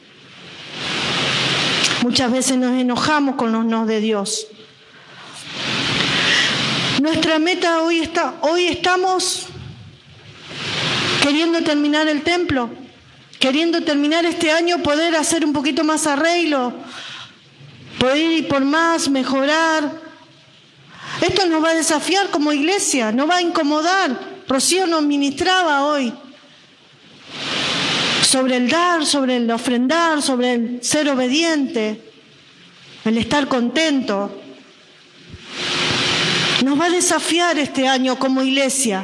Muchas veces nos enojamos con los no de Dios. Nuestra meta hoy estamos queriendo terminar el templo, queriendo terminar este año, poder hacer un poquito más arreglo, poder ir por más, mejorar. Esto nos va a desafiar como iglesia, nos va a incomodar. Rocío nos ministraba hoy sobre el dar, sobre el ofrendar, sobre el ser obediente, el estar contento. Nos va a desafiar este año como iglesia.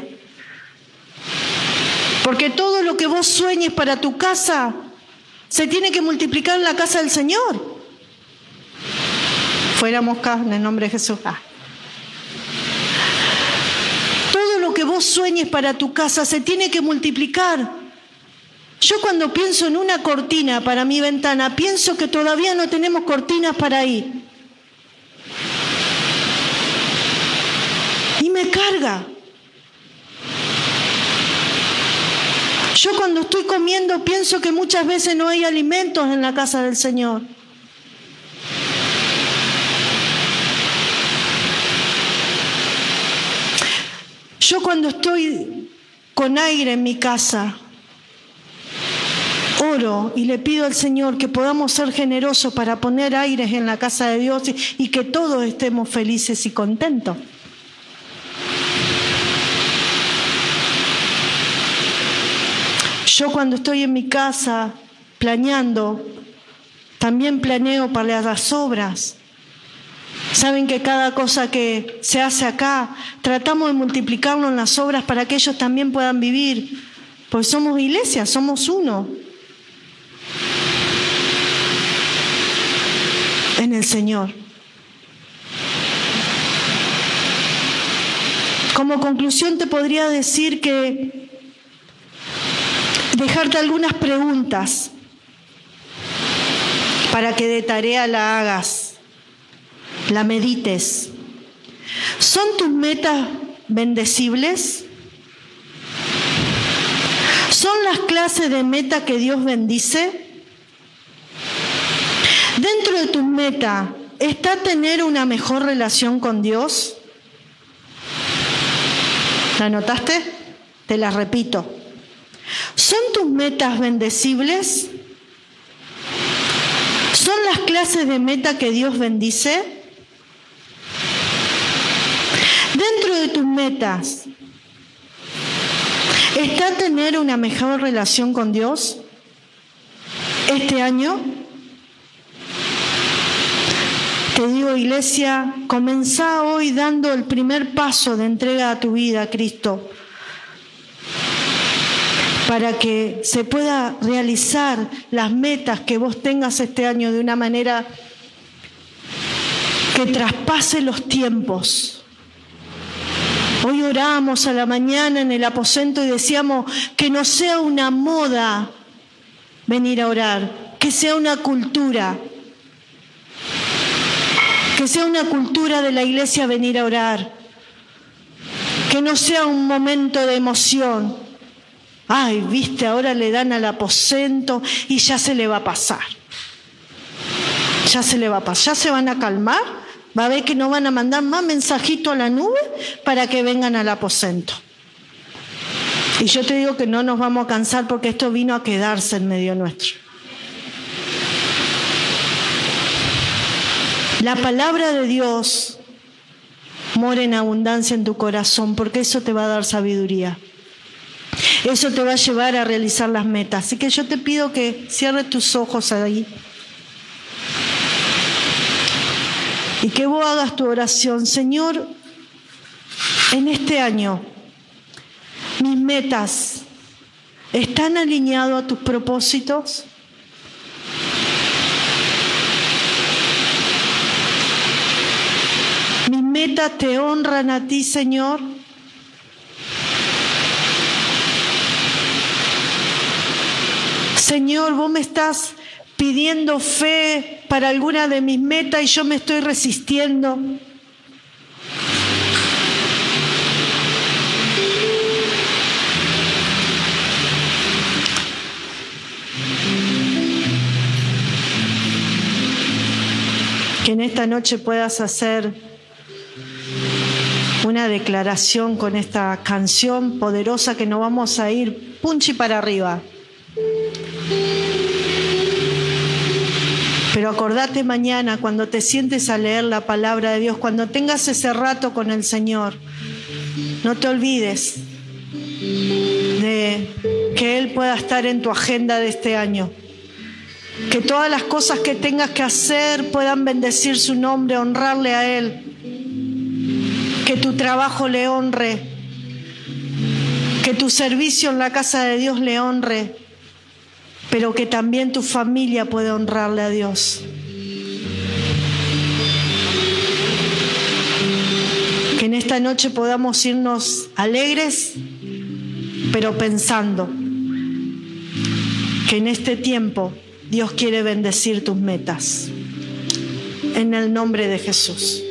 Porque todo lo que vos sueñes para tu casa se tiene que multiplicar en la casa del Señor. Fuera mosca, en el nombre de Jesús. Todo lo que vos sueñes para tu casa se tiene que multiplicar. Yo cuando pienso en una cortina para mi ventana, pienso que todavía no tenemos cortinas para ahí. Y me carga. Yo cuando estoy comiendo pienso que muchas veces no hay alimentos en la casa del Señor. Yo cuando estoy con aire en mi casa, oro y le pido al Señor que podamos ser generosos para poner aires en la casa de Dios y que todos estemos felices y contentos. Yo cuando estoy en mi casa planeando, también planeo para las obras. Saben que cada cosa que se hace acá, tratamos de multiplicarlo en las obras para que ellos también puedan vivir. Pues somos iglesia, somos uno en el Señor. Como conclusión te podría decir que dejarte algunas preguntas para que de tarea la hagas, la medites. ¿Son tus metas bendecibles? ¿Son las clases de meta que Dios bendice? Dentro de tus metas, ¿está tener una mejor relación con Dios? ¿La notaste? Te la repito. ¿Son tus metas bendecibles? ¿Son las clases de meta que Dios bendice? Dentro de tus metas, ¿Está tener una mejor relación con Dios este año? Te digo, iglesia, comenzá hoy dando el primer paso de entrega a tu vida a Cristo, para que se pueda realizar las metas que vos tengas este año de una manera que traspase los tiempos. Hoy oramos a la mañana en el aposento y decíamos que no sea una moda venir a orar, que sea una cultura. Que sea una cultura de la iglesia venir a orar. Que no sea un momento de emoción. Ay, viste, ahora le dan al aposento y ya se le va a pasar. Ya se le va a pasar. Ya se van a calmar. Va a ver que no van a mandar más mensajitos a la nube para que vengan al aposento. Y yo te digo que no nos vamos a cansar porque esto vino a quedarse en medio nuestro. La palabra de Dios mora en abundancia en tu corazón, porque eso te va a dar sabiduría. Eso te va a llevar a realizar las metas. Así que yo te pido que cierres tus ojos ahí y que vos hagas tu oración. Señor, en este año mis metas están alineadas a tus propósitos. Mis metas te honran a ti, Señor. Señor, vos me estás pidiendo fe para alguna de mis metas y yo me estoy resistiendo. Que en esta noche puedas hacer una declaración con esta canción poderosa que nos vamos a ir punchi para arriba. Pero acordate mañana cuando te sientes a leer la palabra de Dios, cuando tengas ese rato con el Señor, no te olvides de que Él pueda estar en tu agenda de este año. Que todas las cosas que tengas que hacer puedan bendecir su nombre, honrarle a Él. Que tu trabajo le honre. Que tu servicio en la casa de Dios le honre. Pero que también tu familia pueda honrarle a Dios. Que en esta noche podamos irnos alegres, pero pensando que en este tiempo Dios quiere bendecir tus metas. En el nombre de Jesús.